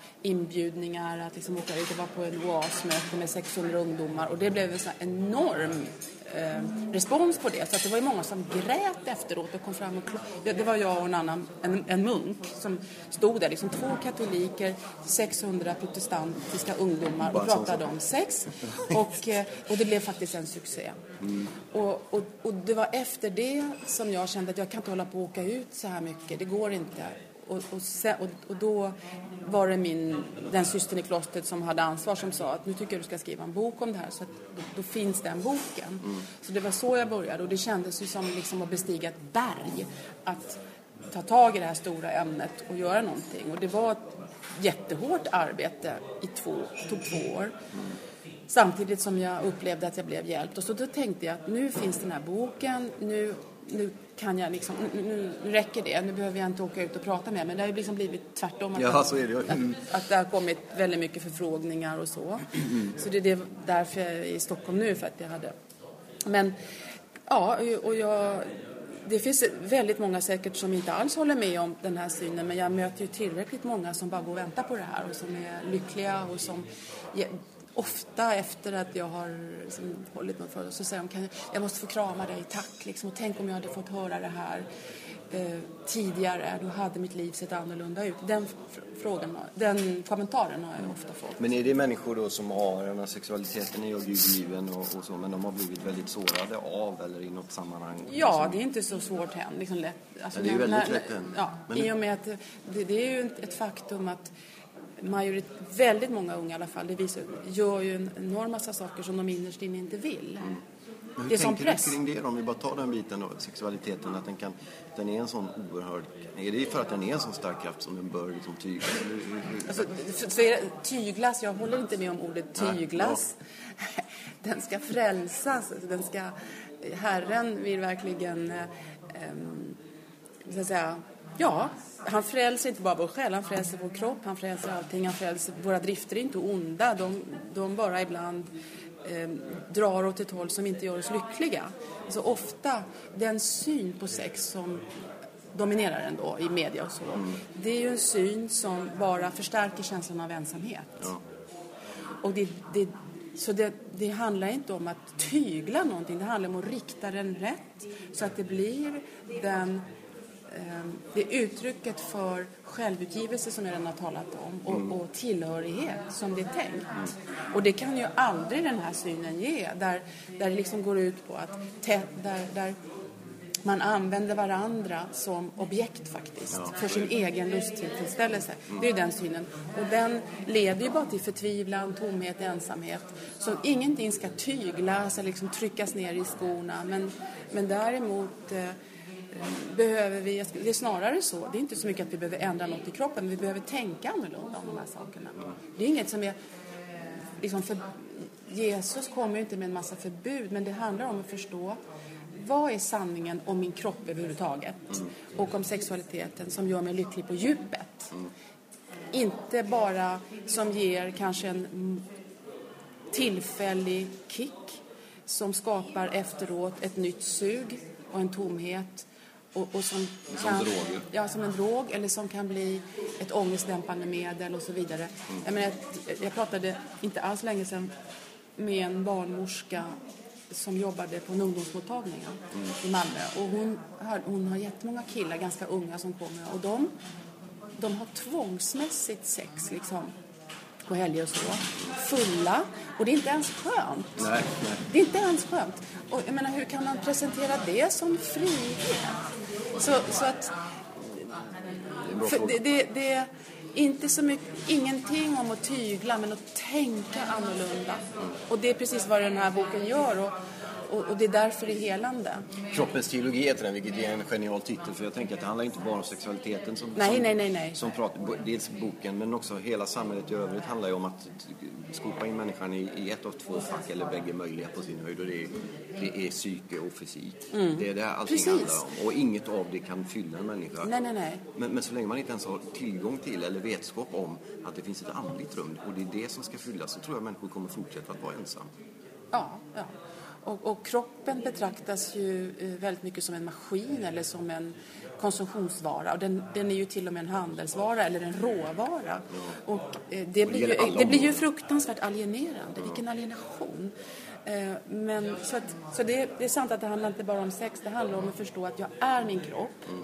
inbjudningar att liksom åka ut och vara på en oasmöte med sexhundra ungdomar. Och det blev en sån enorm eh, respons på det. Så att det var ju många som grät efteråt och kom fram och det, det var jag och en annan, en, en munk som stod där, liksom två katoliker, sexhundra protestantiska ungdomar och pratade om sex. Och, eh, och det blev faktiskt en succé. Mm. Och, och, och det var efter det som jag kände att jag kan inte hålla på att åka ut så här mycket. Det går inte. Och, och, sen, och, och då var det min, den systern i klostret som hade ansvar som sa att nu tycker jag du ska skriva en bok om det här. Så att då, då finns den boken. Mm. Så det var så jag började. Och det kändes ju som liksom att bestiga ett berg. Att ta tag i det här stora ämnet och göra någonting. Och det var ett jättehårt arbete i två, tog två år. Mm. Samtidigt som jag upplevde att jag blev hjälpt. Och så då tänkte jag att nu finns den här boken. Nu, nu kan jag liksom, nu, nu räcker det. Nu behöver jag inte åka ut och prata med. Men det har ju liksom blivit tvärtom. Att, ja, så är det. Mm. att, att det har kommit väldigt mycket förfrågningar och så. Mm. Så det är det, därför jag är i Stockholm nu. För att jag hade... Men, ja, och jag... Det finns väldigt många säkert som inte alls håller med om den här synen. Men jag möter ju tillräckligt många som bara går och väntar på det här. Och som är lyckliga och som... Ofta efter att jag har liksom hållit mig för så säger de, kan jag, jag måste få krama dig, tack. Liksom. Och tänk om jag hade fått höra det här eh, tidigare. Då hade mitt liv sett annorlunda ut. Den f- frågan, den kommentaren har jag ofta fått. Men är det människor då som har, den här sexualiteten är ju given och, och så, men de har blivit väldigt sårade av eller i något sammanhang? Ja, liksom. Det är inte så svårt än. Liksom lätt. Alltså, ja, det är ju när, väldigt när, lätt än. Ja, men i och med att det, det är ju ett faktum att Majorit, väldigt många unga i alla fall, det visar, gör ju en enorm massa saker som de innerst inne inte vill. Mm. Men hur det är som tänker press. du kring det om vi bara tar den biten av sexualiteten, att den, kan, den är en sån oerhörd, är det för att den är en sån stark kraft som den bör liksom tyglas? Alltså, för, för, tyglas, jag håller inte med om ordet tyglas. Nej, ja. Den ska frälsas, den ska, Herren vill verkligen eh, eh, så att säga, ja, han frälser inte bara vår själ, han frälser vår kropp, han frälser allting, han frälser, våra drifter är inte onda, de, de bara ibland eh, drar åt ett håll som inte gör oss lyckliga. Alltså ofta den syn på sex som dominerar ändå i media och så, mm. det är ju en syn som bara förstärker känslan av ensamhet. Ja. Och det, det, så det, det handlar inte om att tygla någonting, det handlar om att rikta den rätt så att det blir den... Det är uttrycket för självutgivelse som jag redan har talat om och, mm. och tillhörighet som det är tänkt. Mm. Och det kan ju aldrig den här synen ge, där, där det liksom går ut på att te, där, där man använder varandra som objekt faktiskt, ja. För sin egen lusttillfredsställelse. Mm. Det är ju den synen. Och den leder ju bara till förtvivlan, tomhet, ensamhet. Så ingenting ska tyglas eller liksom tryckas ner i skorna. Men, men däremot... Eh, behöver vi, det är snarare så, det är inte så mycket att vi behöver ändra något i kroppen, men vi behöver tänka annorlunda om de här sakerna. Det är inget som är liksom för, Jesus kommer ju inte med en massa förbud, men det handlar om att förstå vad är sanningen om min kropp överhuvudtaget mm. och om sexualiteten som gör mig lycklig på djupet. Mm. Inte bara som ger kanske en tillfällig kick som skapar efteråt ett nytt sug och en tomhet. Och, och som, som kan, drog. Ja, som en drog eller som kan bli ett ångestdämpande medel och så vidare. Mm. Jag, menar, jag pratade inte alls länge sedan med en barnmorska som jobbade på en ungdomsmottagning mm. i Malmö. Och hon har, hon har jättemånga killar, ganska unga som kommer. Och de, de har tvångsmässigt sex liksom på helger och så. Fulla. Och det är inte ens skönt. Nej, nej. Det är inte ens skönt. Och jag menar, hur kan man presentera det som frihet? Så, så att... Det, det, det, det är inte så mycket, ingenting om att tygla, men att tänka annorlunda. Och det är precis vad den här boken gör. Och, Och, och det är därför det är helande. Kroppens teologi heter den, vilket är en genial titel. För jag tänker att det handlar inte bara om sexualiteten som, nej, som, nej, nej, nej. som pratar, dels boken, men också hela samhället i övrigt handlar ju om att skopa in människan i, i ett av två fack eller bägge möjliga på sin höjd. Och det är, det är psyke och fysik. Mm. Det är det allting precis. Handlar om. Och inget av det kan fylla en människa. Nej, nej, nej. Men, men så länge man inte ens har tillgång till eller vetskap om att det finns ett andligt rum och det är det som ska fyllas, så tror jag människor kommer fortsätta att vara ensam. Ja, ja. Och, och kroppen betraktas ju väldigt mycket som en maskin eller som en konsumtionsvara. Och den, den är ju till och med en handelsvara eller en råvara. Ja. Och eh, det, blir ju, det blir ju fruktansvärt alienerande. Ja. Vilken alienation. Eh, men så, att, så det, det är sant att det handlar inte bara om sex, det handlar om att förstå att jag är min kropp. Mm.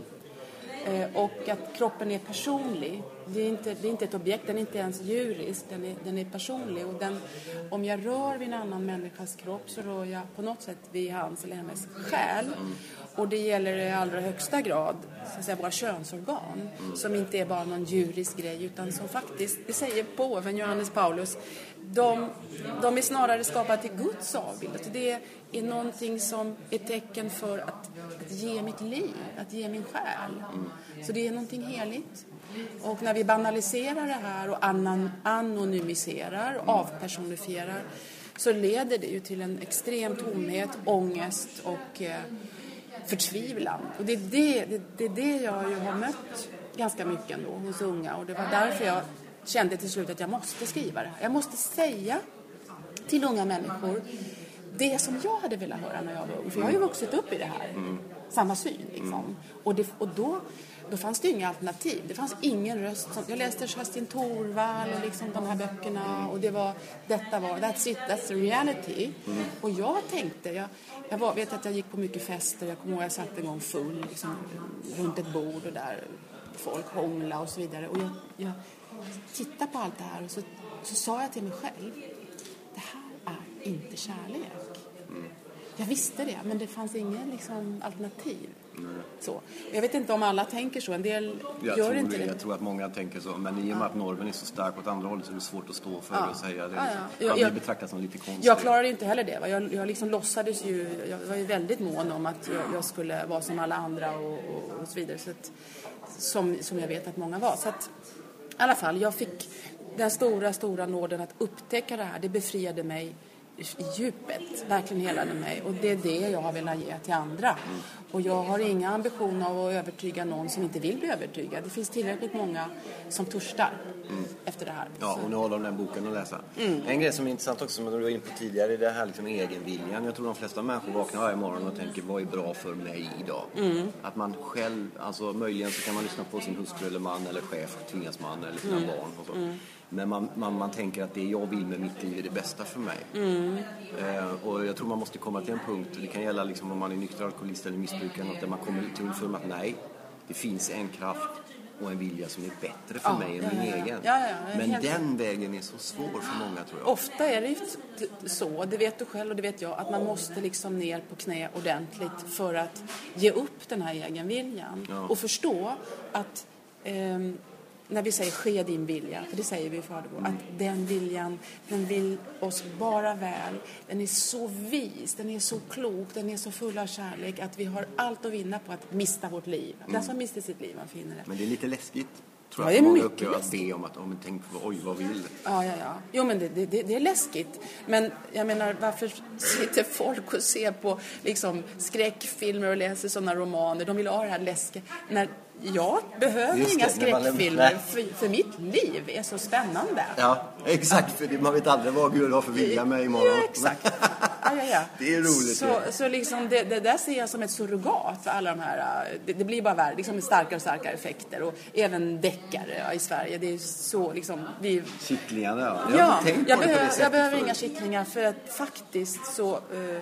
Eh, och att kroppen är personlig. Det är, inte, det är inte ett objekt, den är inte ens djurisk, den är, den är personlig. Och den, om jag rör vid en annan människas kropp så rör jag på något sätt vid hans eller hennes själ. Mm. Och det gäller i allra högsta grad så att säga, våra könsorgan. Mm. Som inte är bara någon djurisk grej utan som faktiskt, det säger påven Johannes Paulus, de, de är snarare skapade till Guds avbild. Det är någonting som är tecken för att, att ge mitt liv, att ge min själ. Mm. Så det är någonting heligt. Och när vi banaliserar det här och anon, anonymiserar och avpersonifierar så leder det ju till en extrem tomhet, ångest och eh, förtvivlan. Och det är det, det, det är det jag ju har mött ganska mycket ändå hos unga. Och det var därför jag kände till slut att jag måste skriva det här. Jag måste säga till unga människor det som jag hade velat höra när jag var ung. För jag har ju vuxit upp i det här. Mm. Samma syn liksom. Mm. Och, det, och då, då fanns det ju inga alternativ. Det fanns ingen röst. Som, jag läste Kerstin Thorvall och liksom de här böckerna. Och det var, detta var, that's it, that's the reality. Mm. Och jag tänkte, jag, jag var, vet att jag gick på mycket fester. Jag kommer ihåg jag satt en gång full liksom, runt ett bord och där folk hångla och så vidare. Och jag, jag tittade på allt det här och så, så sa jag till mig själv, det här är inte kärlek. Mm. Jag visste det, men det fanns ingen liksom, alternativ. Mm. Så. Jag vet inte om alla tänker så. En del jag gör tror inte det. det. Jag tror att många tänker så. Men i och med att normen är så stark åt andra hållet så är det svårt att stå för ja. och säga det. Ja, liksom. ja. Jag, jag, jag betraktas som lite konstigt. Jag klarade inte heller det. Va? Jag, jag liksom låtsades ju... Jag var ju väldigt mån om att jag, jag skulle vara som alla andra och, och, och så vidare. Så att, som, som jag vet att många var. Så att, i alla fall, jag fick den stora, stora nåden att upptäcka det här. Det befriade mig i djupet, verkligen helade mig. Och det är det jag har velat ge till andra. Mm. Och jag har inga ambitioner av att övertyga någon som inte vill bli övertygad. Det finns tillräckligt många som törstar mm. efter det här. Ja, och nu har de den boken att läsa. Mm. En grej som är intressant också, som du var inne på tidigare, är det här liksom egenviljan. Jag tror de flesta människor vaknar varje morgon och tänker, vad är bra för mig idag? Mm. Att man själv, alltså möjligen så kan man lyssna på sin hustru eller man eller chef, tvingas man eller sina mm. barn och så. Mm. Men man, man, man tänker att det jag vill med mitt liv är det bästa för mig. Mm. Eh, och jag tror man måste komma till en punkt, det kan gälla liksom om man är nykter alkoholist eller missbrukare, där man kommer till för att nej, det finns en kraft och en vilja som är bättre för ja, mig än ja, min ja, egen. Ja, ja, men helt... den vägen är så svår för många, tror jag. Ofta är det ju så, det vet du själv och det vet jag, att man måste liksom ner på knä ordentligt för att ge upp den här egen viljan. Ja. Och förstå att... Ehm, när vi säger ske din vilja, för det säger vi i Fader vår, att den viljan, den vill oss bara väl. Den är så vis, den är så klok, den är så full av kärlek att vi har allt att vinna på att mista vårt liv. Mm. Den som mister sitt liv, man finner det. Men det är lite läskigt, tror ja, jag, att många upplever att be om att, om tänk på, oj, vad vill det? Ja, ja, ja. Jo, men det, det, det är läskigt. Men jag menar, varför sitter folk och ser på liksom, skräckfilmer och läser sådana romaner? De vill ha det här läskiga. När jag behöver Just inga det, skräckfilmer, för, för mitt liv är så spännande. Ja, exakt, för det, man vet aldrig vad Gud har för vilja med imorgon. Ja, exakt. Ja, ja, ja. Det är roligt. Så, så liksom det, det där ser jag som ett surrogat för alla de här, det, det blir bara värre, liksom starkare och starkare effekter. Och även deckare ja, i Sverige, det är så liksom... Vi... Kittlingarna, ja. Jag, ja, jag, behöver, jag behöver inga kittlingar för att faktiskt så... Uh,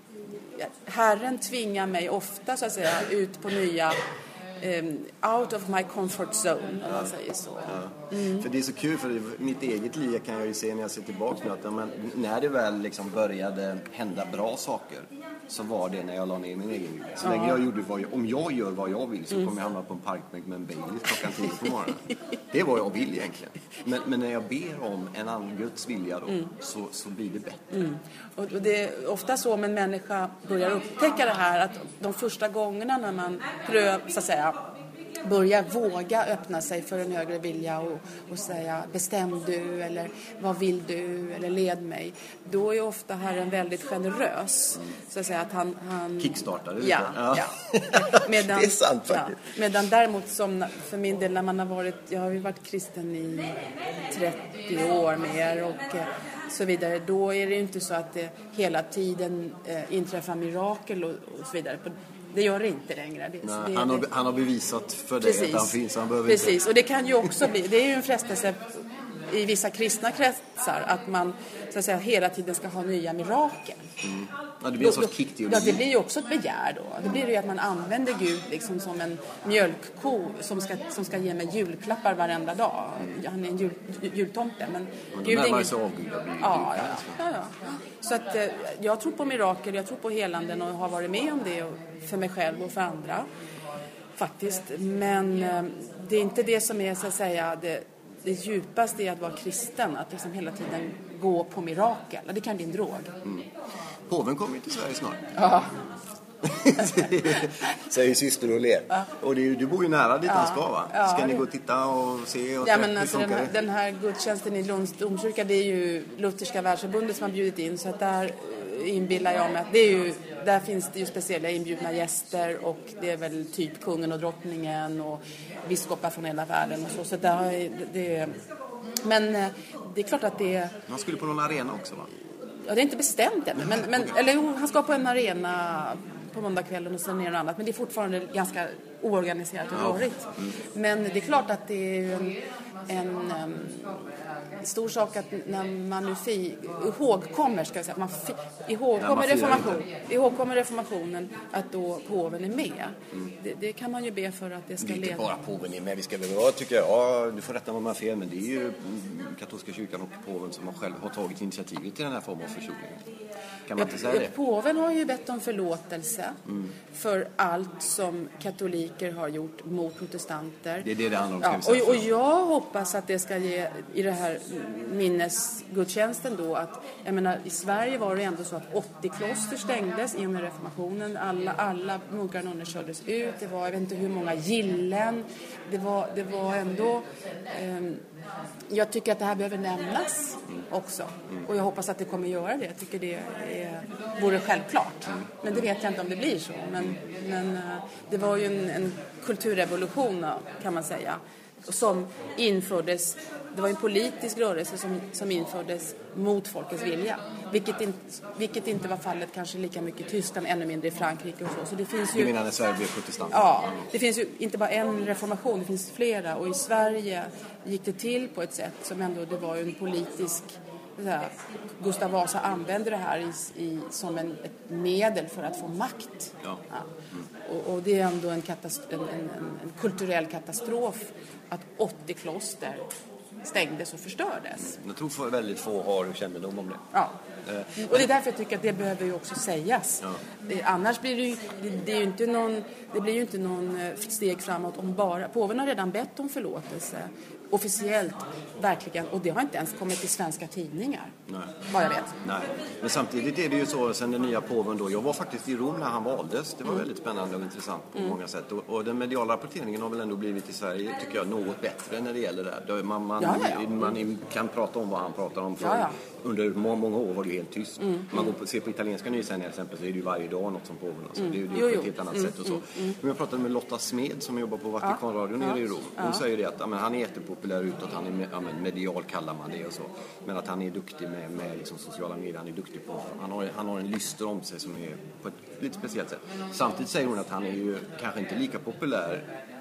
Herren tvingar mig ofta så att säga ut på nya... Um, out of my comfort zone, om man säger så. Ja. Mm. För det är så kul, för mitt eget liv kan jag ju se när jag ser tillbaka nu, att men, när det väl liksom började hända bra saker, så var det när jag la ner min egen vilja. Så ja. länge jag gjorde vad jag, om jag gör vad jag vill, så mm. kommer jag hamna på en parkbänk med en Baileys klockan tio på morgonen. Det är vad jag vill egentligen. Men, men när jag ber om en annan Guds vilja då, mm. så, så blir det bättre. Mm. Och det är ofta så om en människa börjar upptäcka det här, att de första gångerna när man prövar, så att säga, börja våga öppna sig för en högre vilja och, och säga bestäm du, eller vad vill du, eller led mig, då är ofta Herren väldigt generös, mm. så att säga, att han, han... kickstartar det. Ja, ja. ja. Medan, det är sant faktiskt. Ja. Medan däremot som för min del, när man har varit, jag har ju varit kristen i trettio år mer och så vidare, då är det ju inte så att det hela tiden eh, inträffar mirakel och, och så vidare. Det gör det inte längre. Det, Nej, det, han, har, det... han har bevisat för dig att han finns. Han behöver Precis, inte... och det kan ju också bli, det är ju en frestelse i vissa kristna kretsar att man så att säga, hela tiden ska ha nya mirakel. Mm. Ja, det blir en sorts kickteologi. Ja, det blir ju också ett begär då. Det blir ju att man använder Gud liksom som en mjölkko som ska, som ska ge mig julklappar varenda dag. Mm. Han är en jul, jultomte. Men, men Gud är ingen... så avgudar blir ja, ja, ja, ja. Så att eh, jag tror på mirakel, jag tror på helanden och har varit med om det för mig själv och för andra. Faktiskt. Men eh, det är inte det som är så att säga det, det djupaste i att vara kristen. Att liksom hela tiden gå på mirakel. Det kan bli en drog. Mm. Påven kommer ju till Sverige snart. Ja. Säger syster och ler. Ja. Och det, du bor ju nära dit ja. han ska, va? Ja, ska det... ni gå och titta och se? Och ja, men alltså den, här, den här gudstjänsten i Lunds domkyrka, det är ju Lutherska världsförbundet som har bjudit in. Så att där inbillar jag mig att det är ju, där finns det ju speciella inbjudna gäster. Och det är väl typ kungen och drottningen och biskopar från hela världen och så. Så där, det, men det är klart att det... Han skulle på någon arena också, va? Ja, det är inte bestämt än. Men, men, eller jo, han ska på en arena på måndagskvällen och sen ner och annat. Men det är fortfarande ganska oorganiserat och rörigt. Mm. Men det är klart att det är ju en, en um, stor sak att när man nu fi, ihågkommer, ska jag säga, man fi, ihågkommer, ja, reformation, ihågkommer reformationen, att då påven är med. Mm. Det, det kan man ju be för att det ska leda. Det är inte bara påven är med. Vi ska väl, jag tycker, ja, du får rätta om man har fel, men det är ju katolska kyrkan och påven som har själv har tagit initiativet till den här formen av försoning. Kan man ja, inte säga det? Påven har ju bett om förlåtelse mm. för allt som katoliker har gjort mot protestanter. Det är det det handlar om, ja, och, och jag hoppas att det ska ge i det här minnesgudstjänsten då att, jag menar, i Sverige var det ändå så att åttio kloster stängdes i och med reformationen. Alla, alla munkar och nunnor kördes ut. Det var, jag vet inte hur många gillen. Det var, det var ändå... Eh, jag tycker att det här behöver nämnas också. Mm. Och jag hoppas att det kommer göra det. Jag tycker det är, vore självklart. Mm. Men det vet jag inte om det blir så. Men, men det var ju en, en kulturrevolution, kan man säga, som infördes. Det var en politisk rörelse som, som infördes mot folkets vilja. Vilket, in, vilket inte var fallet kanske lika mycket i Tyskland, ännu mindre i Frankrike och så. Så det finns ju... Du menar när Sverige blev protestant? Ja, det finns ju inte bara en reformation, det finns flera. Och i Sverige gick det till på ett sätt som ändå, det var ju en politisk... Här, Gustav Vasa använde det här i, i, som en, ett medel för att få makt. Ja. Ja. Mm. Och, och det är ändå en, katast- en, en, en kulturell katastrof att åttio kloster stängdes och förstördes. Jag tror för väldigt få har kännedom om det. Ja. Eh, och det är därför jag tycker att det behöver ju också sägas. Ja. Det, annars blir det ju, det, det är ju inte någon, det blir ju inte någon steg framåt om bara... Påven har redan bett om förlåtelse. Officiellt, verkligen. Och det har inte ens kommit till svenska tidningar. Nej. Vad jag vet. Nej. Men samtidigt är det ju så, sen den nya påven då. Jag var faktiskt i Rom när han valdes. Det var mm. väldigt spännande och intressant på mm. många sätt. Och, och den mediala rapporteringen har väl ändå blivit i Sverige, tycker jag, något bättre när det gäller det här. Man, man, ja, ja, ja. man kan prata om vad han pratar om. För ja, ja. Under många, många år var det ju helt tyst. Mm. Man går på, ser på italienska nyhetssändningar till exempel, så är det ju varje dag något som påven. Alltså. Mm. Det är ju det på ett helt annat mm. sätt och så. Mm. Mm. Men jag pratade med Lotta Smed som jobbar på Vatikanradion ja. nere i Rom. Hon ja. säger det att ja, men han är jättepopulär utåt. Han är ja, men medial kallar man det och så. Men att han är duktig med, med liksom sociala medier. Han är duktig på... Han har, han har en lyster om sig som är på ett lite speciellt sätt. Samtidigt säger hon att han är ju kanske inte lika populär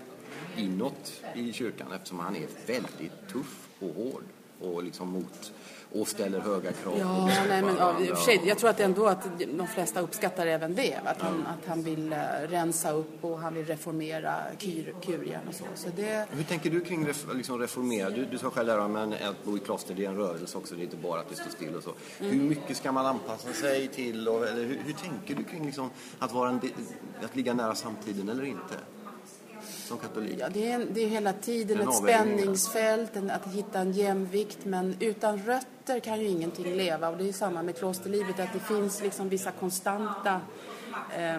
inåt i kyrkan eftersom han är väldigt tuff och hård och liksom mot... och ställer höga krav. Ja, nej, men, ja, i och för sig, jag tror att ändå att de flesta uppskattar även det. Att han, mm. att han vill uh, rensa upp och han vill reformera kur, kurien och så. så det... Hur tänker du kring ref, liksom reformera? Du, du sa själv där, men att bo i kloster, det är en rörelse också. Det är inte bara att det står still och så. Mm. Hur mycket ska man anpassa sig till? Och, eller, hur, hur tänker du kring liksom, att, vara en, att ligga nära samtiden eller inte? Som katolik. Ja, det är, det är hela tiden ett spänningsfält, en, att hitta en jämvikt, men utan rötter kan ju ingenting leva. Och det är ju samma med klosterlivet, att det finns liksom vissa konstanta eh,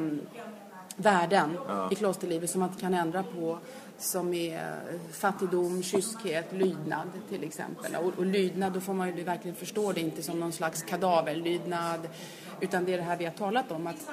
värden ja. i klosterlivet som man inte kan ändra på, som är fattigdom, kyskhet, lydnad till exempel. Och, och lydnad, då får man ju verkligen förstå det inte som någon slags kadaverlydnad, utan det är det här vi har talat om, att,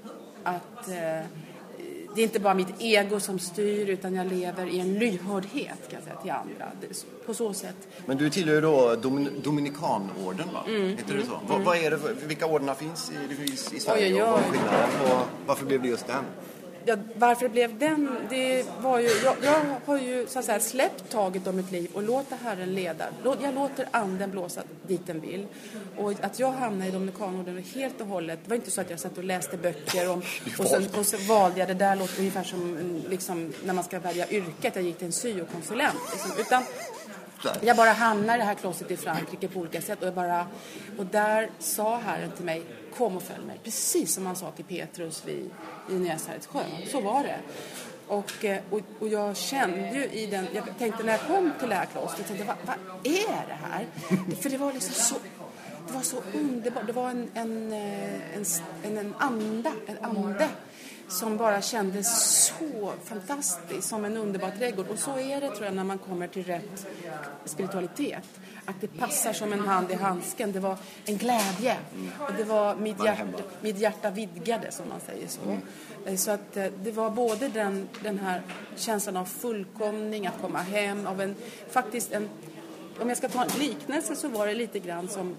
att eh, det är inte bara mitt ego som styr, utan jag lever i en lyhördhet, kan jag säga, till andra. På så sätt. Men du tillhör ju då Domin- Dominikanorden, va? Mm, Heter mm, det så? Mm. Vad, vad är det, vilka orderna finns i, i, i Sverige? Oj, oj, oj. Och vad är skillnaden? Och varför blev det just den? Ja, varför det blev den, det var ju, jag, jag har ju så att säga släppt taget om mitt liv och låter Herren leda. Jag låter anden blåsa dit den vill. Och att jag hamnade i Dominikanorden helt och hållet, det var inte så att jag satt och läste böcker om, och, sen, och så valde jag det där, låter ungefär som liksom, när man ska välja yrket, jag gick till en syokonsulent. Liksom, utan jag bara hamnade i det här klostret i Frankrike på olika sätt och jag bara, och där sa Herren till mig, kom och följ mig, precis som han sa till Petrus vid i Näsarets sjö. Så var det. Och, och, och jag kände ju i den, jag tänkte när jag kom till det här klostret, tänkte, vad, vad är det här? För det var liksom så, det var så underbart, det var en, en, en, en, en anda, en ande som bara kändes så fantastiskt, som en underbar trädgård. Och så är det, tror jag, när man kommer till rätt spiritualitet. Att det passar som en hand i handsken. Det var en glädje. Och det var mitt hjärta, mitt hjärta vidgade, som man säger så. Mm. Så att det var både den, den här känslan av fullkomning, att komma hem, av en, faktiskt en, om jag ska ta en liknelse så var det lite grann som,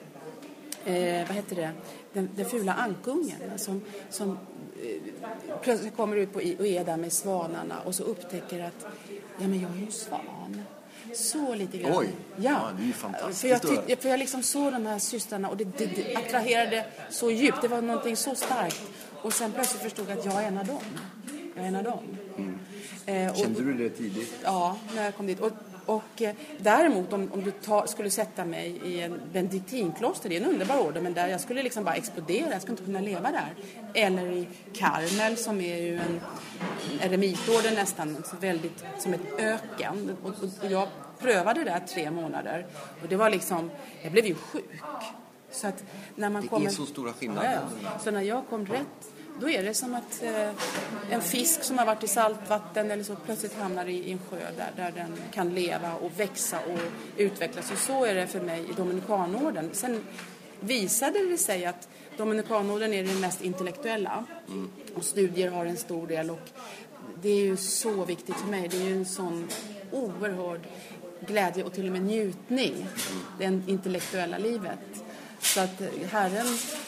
eh, vad heter det, den, den fula ankungen som, som plötsligt kommer ut på och är där med svanarna och så upptäcker att ja, men jag är ju svan. Så lite grann. Oj, ja. ja, det är ju fantastiskt. För jag, tyck, för jag liksom såg de här systrarna och det, det, det attraherade så djupt. Det var någonting så starkt. Och sen plötsligt förstod jag att jag är en av dem. Jag är en av dem. Mm. Eh, och, Kände du det tidigt? Ja, när jag kom dit. Och, och eh, däremot om, om du ta, skulle sätta mig i en benediktinkloster, det är en underbar order, men där jag skulle liksom bara explodera, jag skulle inte kunna leva där. Eller i Karmel som är ju en eremitorder nästan, så väldigt som ett öken. Och, och, och jag prövade det där tre månader och det var liksom, jag blev ju sjuk. Så att när man det kommer, är så stora skillnader. Ja, så när jag kom rätt, då är det som att eh, en fisk som har varit i saltvatten eller så plötsligt hamnar i, i en sjö där, där den kan leva och växa och utvecklas. Och så är det för mig i Dominikanorden. Sen visade det sig att Dominikanorden är det mest intellektuella. Mm. Och studier har en stor del. Och det är ju så viktigt för mig. Det är ju en sån oerhörd glädje och till och med njutning. Det intellektuella livet. Så att Herren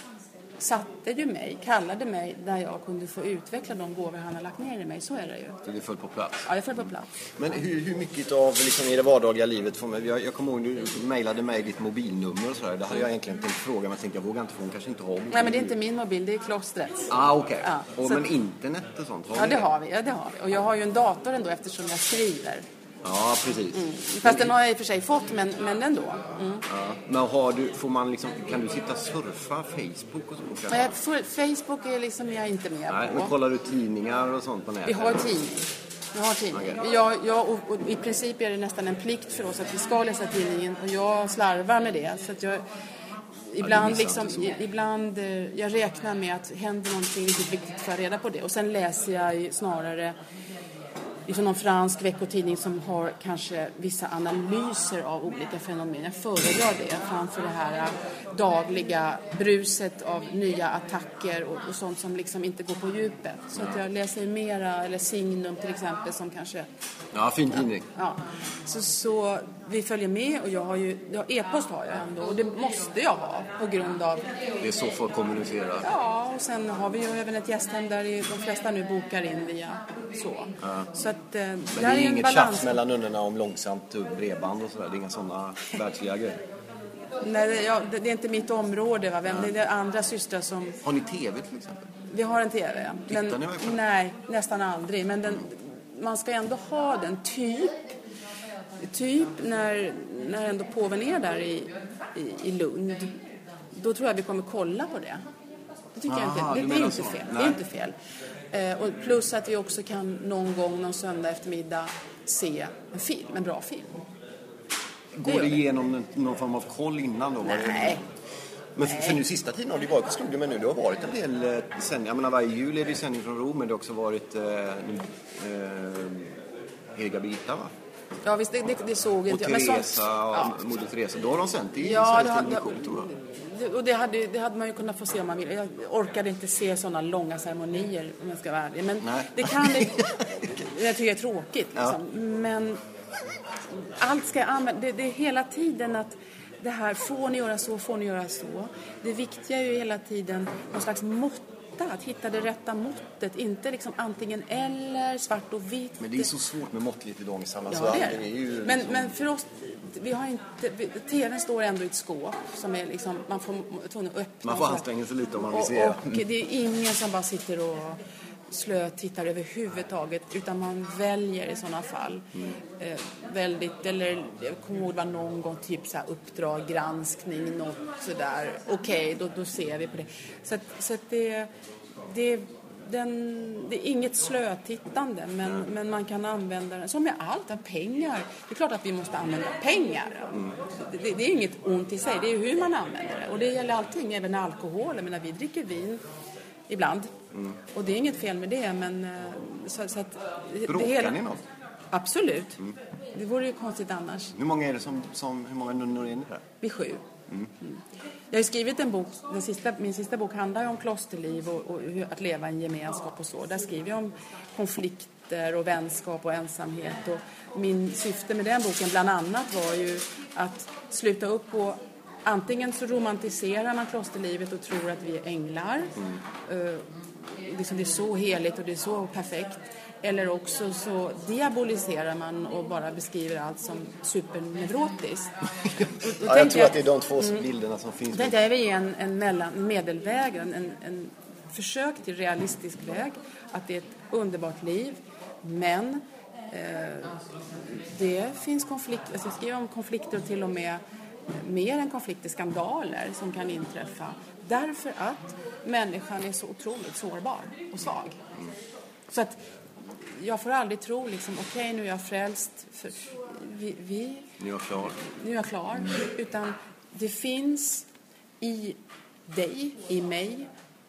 satte ju mig, kallade mig där jag kunde få utveckla de gåvor han har lagt ner i mig. Så är det ju. Så det föll på plats? Ja, det föll på plats. Men hur, hur mycket av liksom, i det vardagliga livet får man, jag, jag kommer ihåg du mejlade mig ditt mobilnummer och sådär. Det hade jag egentligen tänkt fråga, men jag tänkte jag vågar inte få, hon kanske inte har mobil. Nej, men det är inte min mobil, det är klostrets. Ah, okej. Okay. Ja, men internet och sånt, har ja, det har vi, ja, det har vi. Och jag har ju en dator ändå eftersom jag skriver. Ja, precis. Mm. Fast den har jag i och för sig fått, men, men ändå. Mm. Ja. Men har du, får man liksom, kan du sitta och surfa Facebook och så? Nej, för, Facebook är liksom jag inte med Nej, på. men kollar du tidningar och sånt på nätet? Vi har tidning. Vi har tidning. Okay. Jag, jag, och, och i princip är det nästan en plikt för oss att vi ska läsa tidningen. Och jag slarvar med det. Så att jag, ibland, ja, liksom, ibland jag räknar med att händer någonting riktigt viktigt för att reda på det. Och sen läser jag snarare från någon fransk veckotidning som har kanske vissa analyser av olika fenomen. Jag föredrar det framför det här dagliga bruset av nya attacker och, och sånt som liksom inte går på djupet. Så att jag läser mera, eller Signum till exempel, som kanske... Ja, fin tidning. Ja, ja. Så, så vi följer med och jag har ju, ja, e-post har jag ändå och det måste jag ha på grund av... Det är så folk kommunicerar. Ja, och sen har vi ju även ett gästhem där de flesta nu bokar in via så. Ja. Så att, eh, men det är, är inget tjafs mellan nunnorna om långsamt bredband och sådär. Det är inga sådana världsliga grejer. Nej, det, ja, det, det är inte mitt område. Va? Vem, ja. Det är andra systrar som... Har ni tv till exempel? Vi har en tv, ja. Tittar men, ni verkligen? Nej, nästan aldrig. Men den, man ska ändå ha den typ... Typ när, när ändå påven är där i, i, i Lund. Då tror jag vi kommer kolla på det. Det tycker Aha, jag inte. Det, det är inte fel. Det är inte fel. Eh, och plus att vi också kan någon gång, någon söndag eftermiddag se en film, en bra film. Går det igenom någon form av koll innan då? Nej. Men för, för nu sista tiden har det varit, slog det med nu, det har varit en del eh, sändningar. Jag menar, varje jul är det sändning från Rom, men det har också varit eh, eh, Heliga Birgitta, va? Ja, visst, det, det, det såg inte jag. Och Teresa, ja. Och Moder Teresa. Då har de sänt i ja, Sveriges det, Television, tror jag. Det, och det hade, det hade man ju kunnat få se om man ville. Jag orkade inte se sådana långa ceremonier, om jag ska vara ärlig. Men Nej. det kan det, jag tycker det är tråkigt. Liksom. Ja. Men allt ska användas. Det, det är hela tiden att det här, får ni göra så, får ni göra så. Det viktiga är ju hela tiden någon slags måtta hitta, att hitta det rätta måttet, inte liksom antingen eller, svart och vitt. Men det är så svårt med måttligt idag i samma Ja, så det är det är ju men, liksom... men för oss, vi har inte, vi, tvn står ändå i ett skåp som är liksom, man får tvungen att öppna. Man får anstränga sig lite om man vill och, se. och det är ingen som bara sitter och slötittar överhuvudtaget, utan man väljer i sådana fall mm. eh, väldigt, eller jag kommer ihåg var någon gång typ så här uppdrag, granskning, något sådär, okej, okay, då, då ser vi på det. Så att, så att det, det, den, det är inget slötittande, men, mm. men man kan använda den, som med allt, pengar. Det är klart att vi måste använda pengar. Mm. Det, det är inget ont i sig, det är hur man använder det. Och det gäller allting, även alkohol. Men när vi dricker vin ibland. Mm. Och det är inget fel med det, men så, så att bråkar det hela... ni något? Absolut. Mm. Det vore ju konstigt annars. Hur många är det som, som hur många nummer är ni där? Vi sju. Mm. Mm. Jag har skrivit en bok, den sista, min sista bok handlar ju om klosterliv och, och hur att leva i en gemenskap och så. Där skriver jag om konflikter och vänskap och ensamhet. Och min syfte med den boken bland annat var ju att sluta upp på, antingen så romantiserar man klosterlivet och tror att vi är änglar. Mm. Uh, liksom det är så heligt och det är så perfekt. Eller också så diaboliserar man och bara beskriver allt som superneurotiskt. Och, och ja, jag tror jag, att det är de två mm, bilderna som finns. Det är vi en, en mellan, medelväg, en, en, en försök till realistisk väg. Att det är ett underbart liv, men eh, det finns konflikter. Alltså jag skriver om konflikter och till och med mer än konflikter, skandaler som kan inträffa. Därför att människan är så otroligt sårbar och svag. Mm. Så att jag får aldrig tro liksom, okej, okay, nu är jag frälst. För vi, vi, nu är jag klar. Nu är jag klar. Mm. Utan det finns i dig, i mig,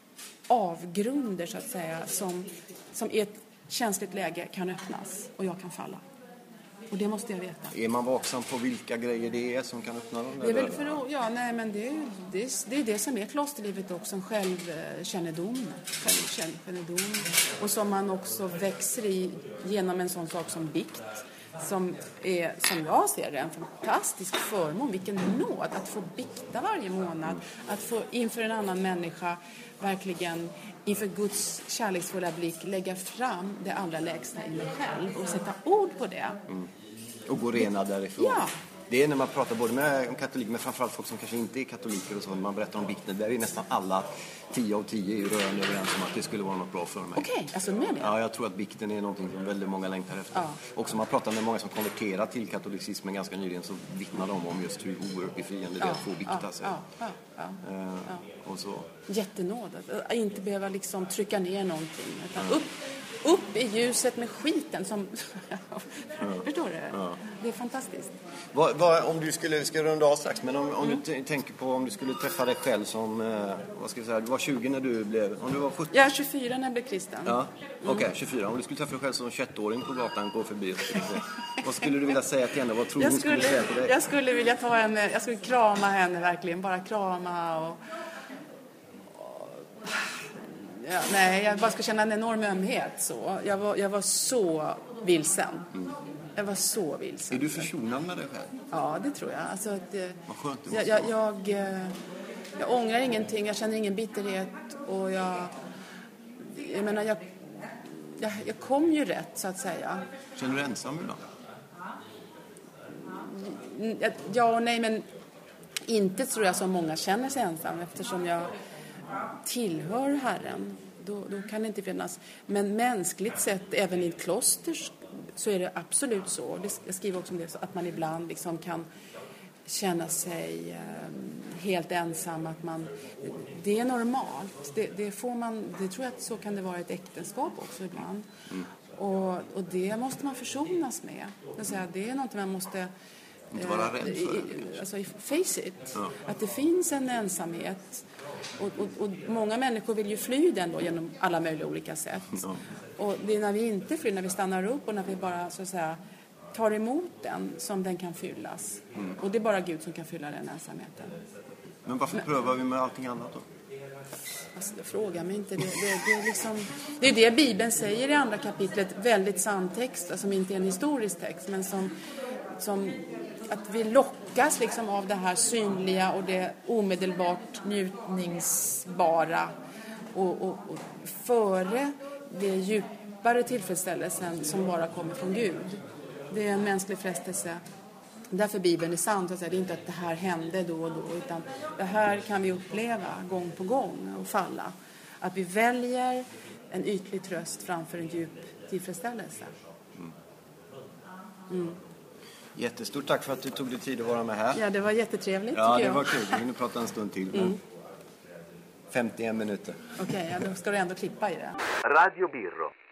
avgrunder så att säga, som, som i ett känsligt läge kan öppnas och jag kan falla. Och det måste jag veta. Är man vaksam på vilka grejer det är som kan öppna dem? Det är väl för, ja, nej, men det är, det, är, det är det som är klosterlivet också, en självkännedom, självkännedom. Och som man också växer i genom en sån sak som bikt. Som är, som jag ser det, en fantastisk förmån. Vilken nåd att få bikta varje månad. Att få inför en annan människa verkligen inför Guds kärleksfulla blick lägga fram det allra lägsta i mig själv och sätta ord på det. Mm. Och gå rena därifrån. Ja. Det är när man pratar både med katoliker, men framförallt folk som kanske inte är katoliker och så. Man berättar om bikten. Där är nästan alla tio av tio är rörande överens om att det skulle vara något bra för mig. Okej, okay, alltså med det? Ja, jag tror att bikten är någonting som väldigt många längtar efter. Ja. Och som man pratar med många som konverterar till katolicismen ganska nyligen, så vittnar de om just hur oerhört befriande det är att få bikta ja, sig. Ja, ja, ja, uh, ja. Och så. Jättenåd. Att inte behöva liksom trycka ner någonting. Utan upp, upp i ljuset med skiten som... Förstår du? Ja. Det är fantastiskt. Vad, vad, om du skulle, ska runda av strax, men om, om mm. du t- tänker på om du skulle träffa dig själv som, eh, vad ska jag säga, du var tjugo när du blev, om du var sjutton? Jag är tjugofyra när jag blev kristen. Ja, okej, okay, tjugofyra. Om du skulle träffa dig själv som tjugoett-åring på gatan, gå förbi och vad skulle du vilja säga till henne? Vad tror du hon skulle, skulle säga till dig? Jag skulle vilja ta henne, jag skulle krama henne verkligen, bara krama och... Ja, nej, jag bara skulle känna en enorm ömhet. Så. Jag, var, jag var så vilsen. Mm. Jag var så vilsen. Är du försonad med dig själv? Ja, det tror jag. Alltså, att, vad skönt det jag, jag, jag, jag ångrar ingenting. Jag känner ingen bitterhet. Och jag... Jag menar, jag, jag, jag kom ju rätt, så att säga. Känner du ensam ibland? Ja och nej, men inte tror jag som många känner sig ensam. Eftersom jag tillhör Herren, då, då kan det inte finnas. Men mänskligt sett, även i ett kloster, så är det absolut så. Jag skriver också om det, så att man ibland liksom kan känna sig eh, helt ensam. Att man, det är normalt. Det, det, får man, det tror jag att så kan det vara i ett äktenskap också ibland. Mm. Och, och det måste man försonas med. Jag säger, det är något man måste... Inte vara rädd för. Alltså, face it. Ja. Att det finns en ensamhet. Och, och, och många människor vill ju fly den då genom alla möjliga olika sätt. Ja. Och det är när vi inte flyr, när vi stannar upp och när vi bara så att säga tar emot den som den kan fyllas. Mm. Och det är bara Gud som kan fylla den ensamheten. Men varför Men, prövar vi med allting annat då? Alltså, det frågar mig inte. Det, det, det, är liksom, det är det Bibeln säger i andra kapitlet. Väldigt sann text, alltså, som inte är en historisk text, men som... som att vi lockas liksom av det här synliga och det omedelbart njutningsbara Och, och, och före det djupare tillfredsställelsen som bara kommer från Gud. Det är en mänsklig frestelse. Därför Bibeln är sant. Alltså, det är inte att det här hände då och då. Utan det här kan vi uppleva gång på gång och falla. Att vi väljer en ytlig tröst framför en djup tillfredsställelse. Mm. Mm. Jättestort tack för att du tog dig tid att vara med här. Ja, det var jättetrevligt. Ja, det jag. var kul. Vi hinner prata en stund till. Mm. femtioen minuter. Okej, okay, ja, då ska du ändå klippa i det. Radio Birro.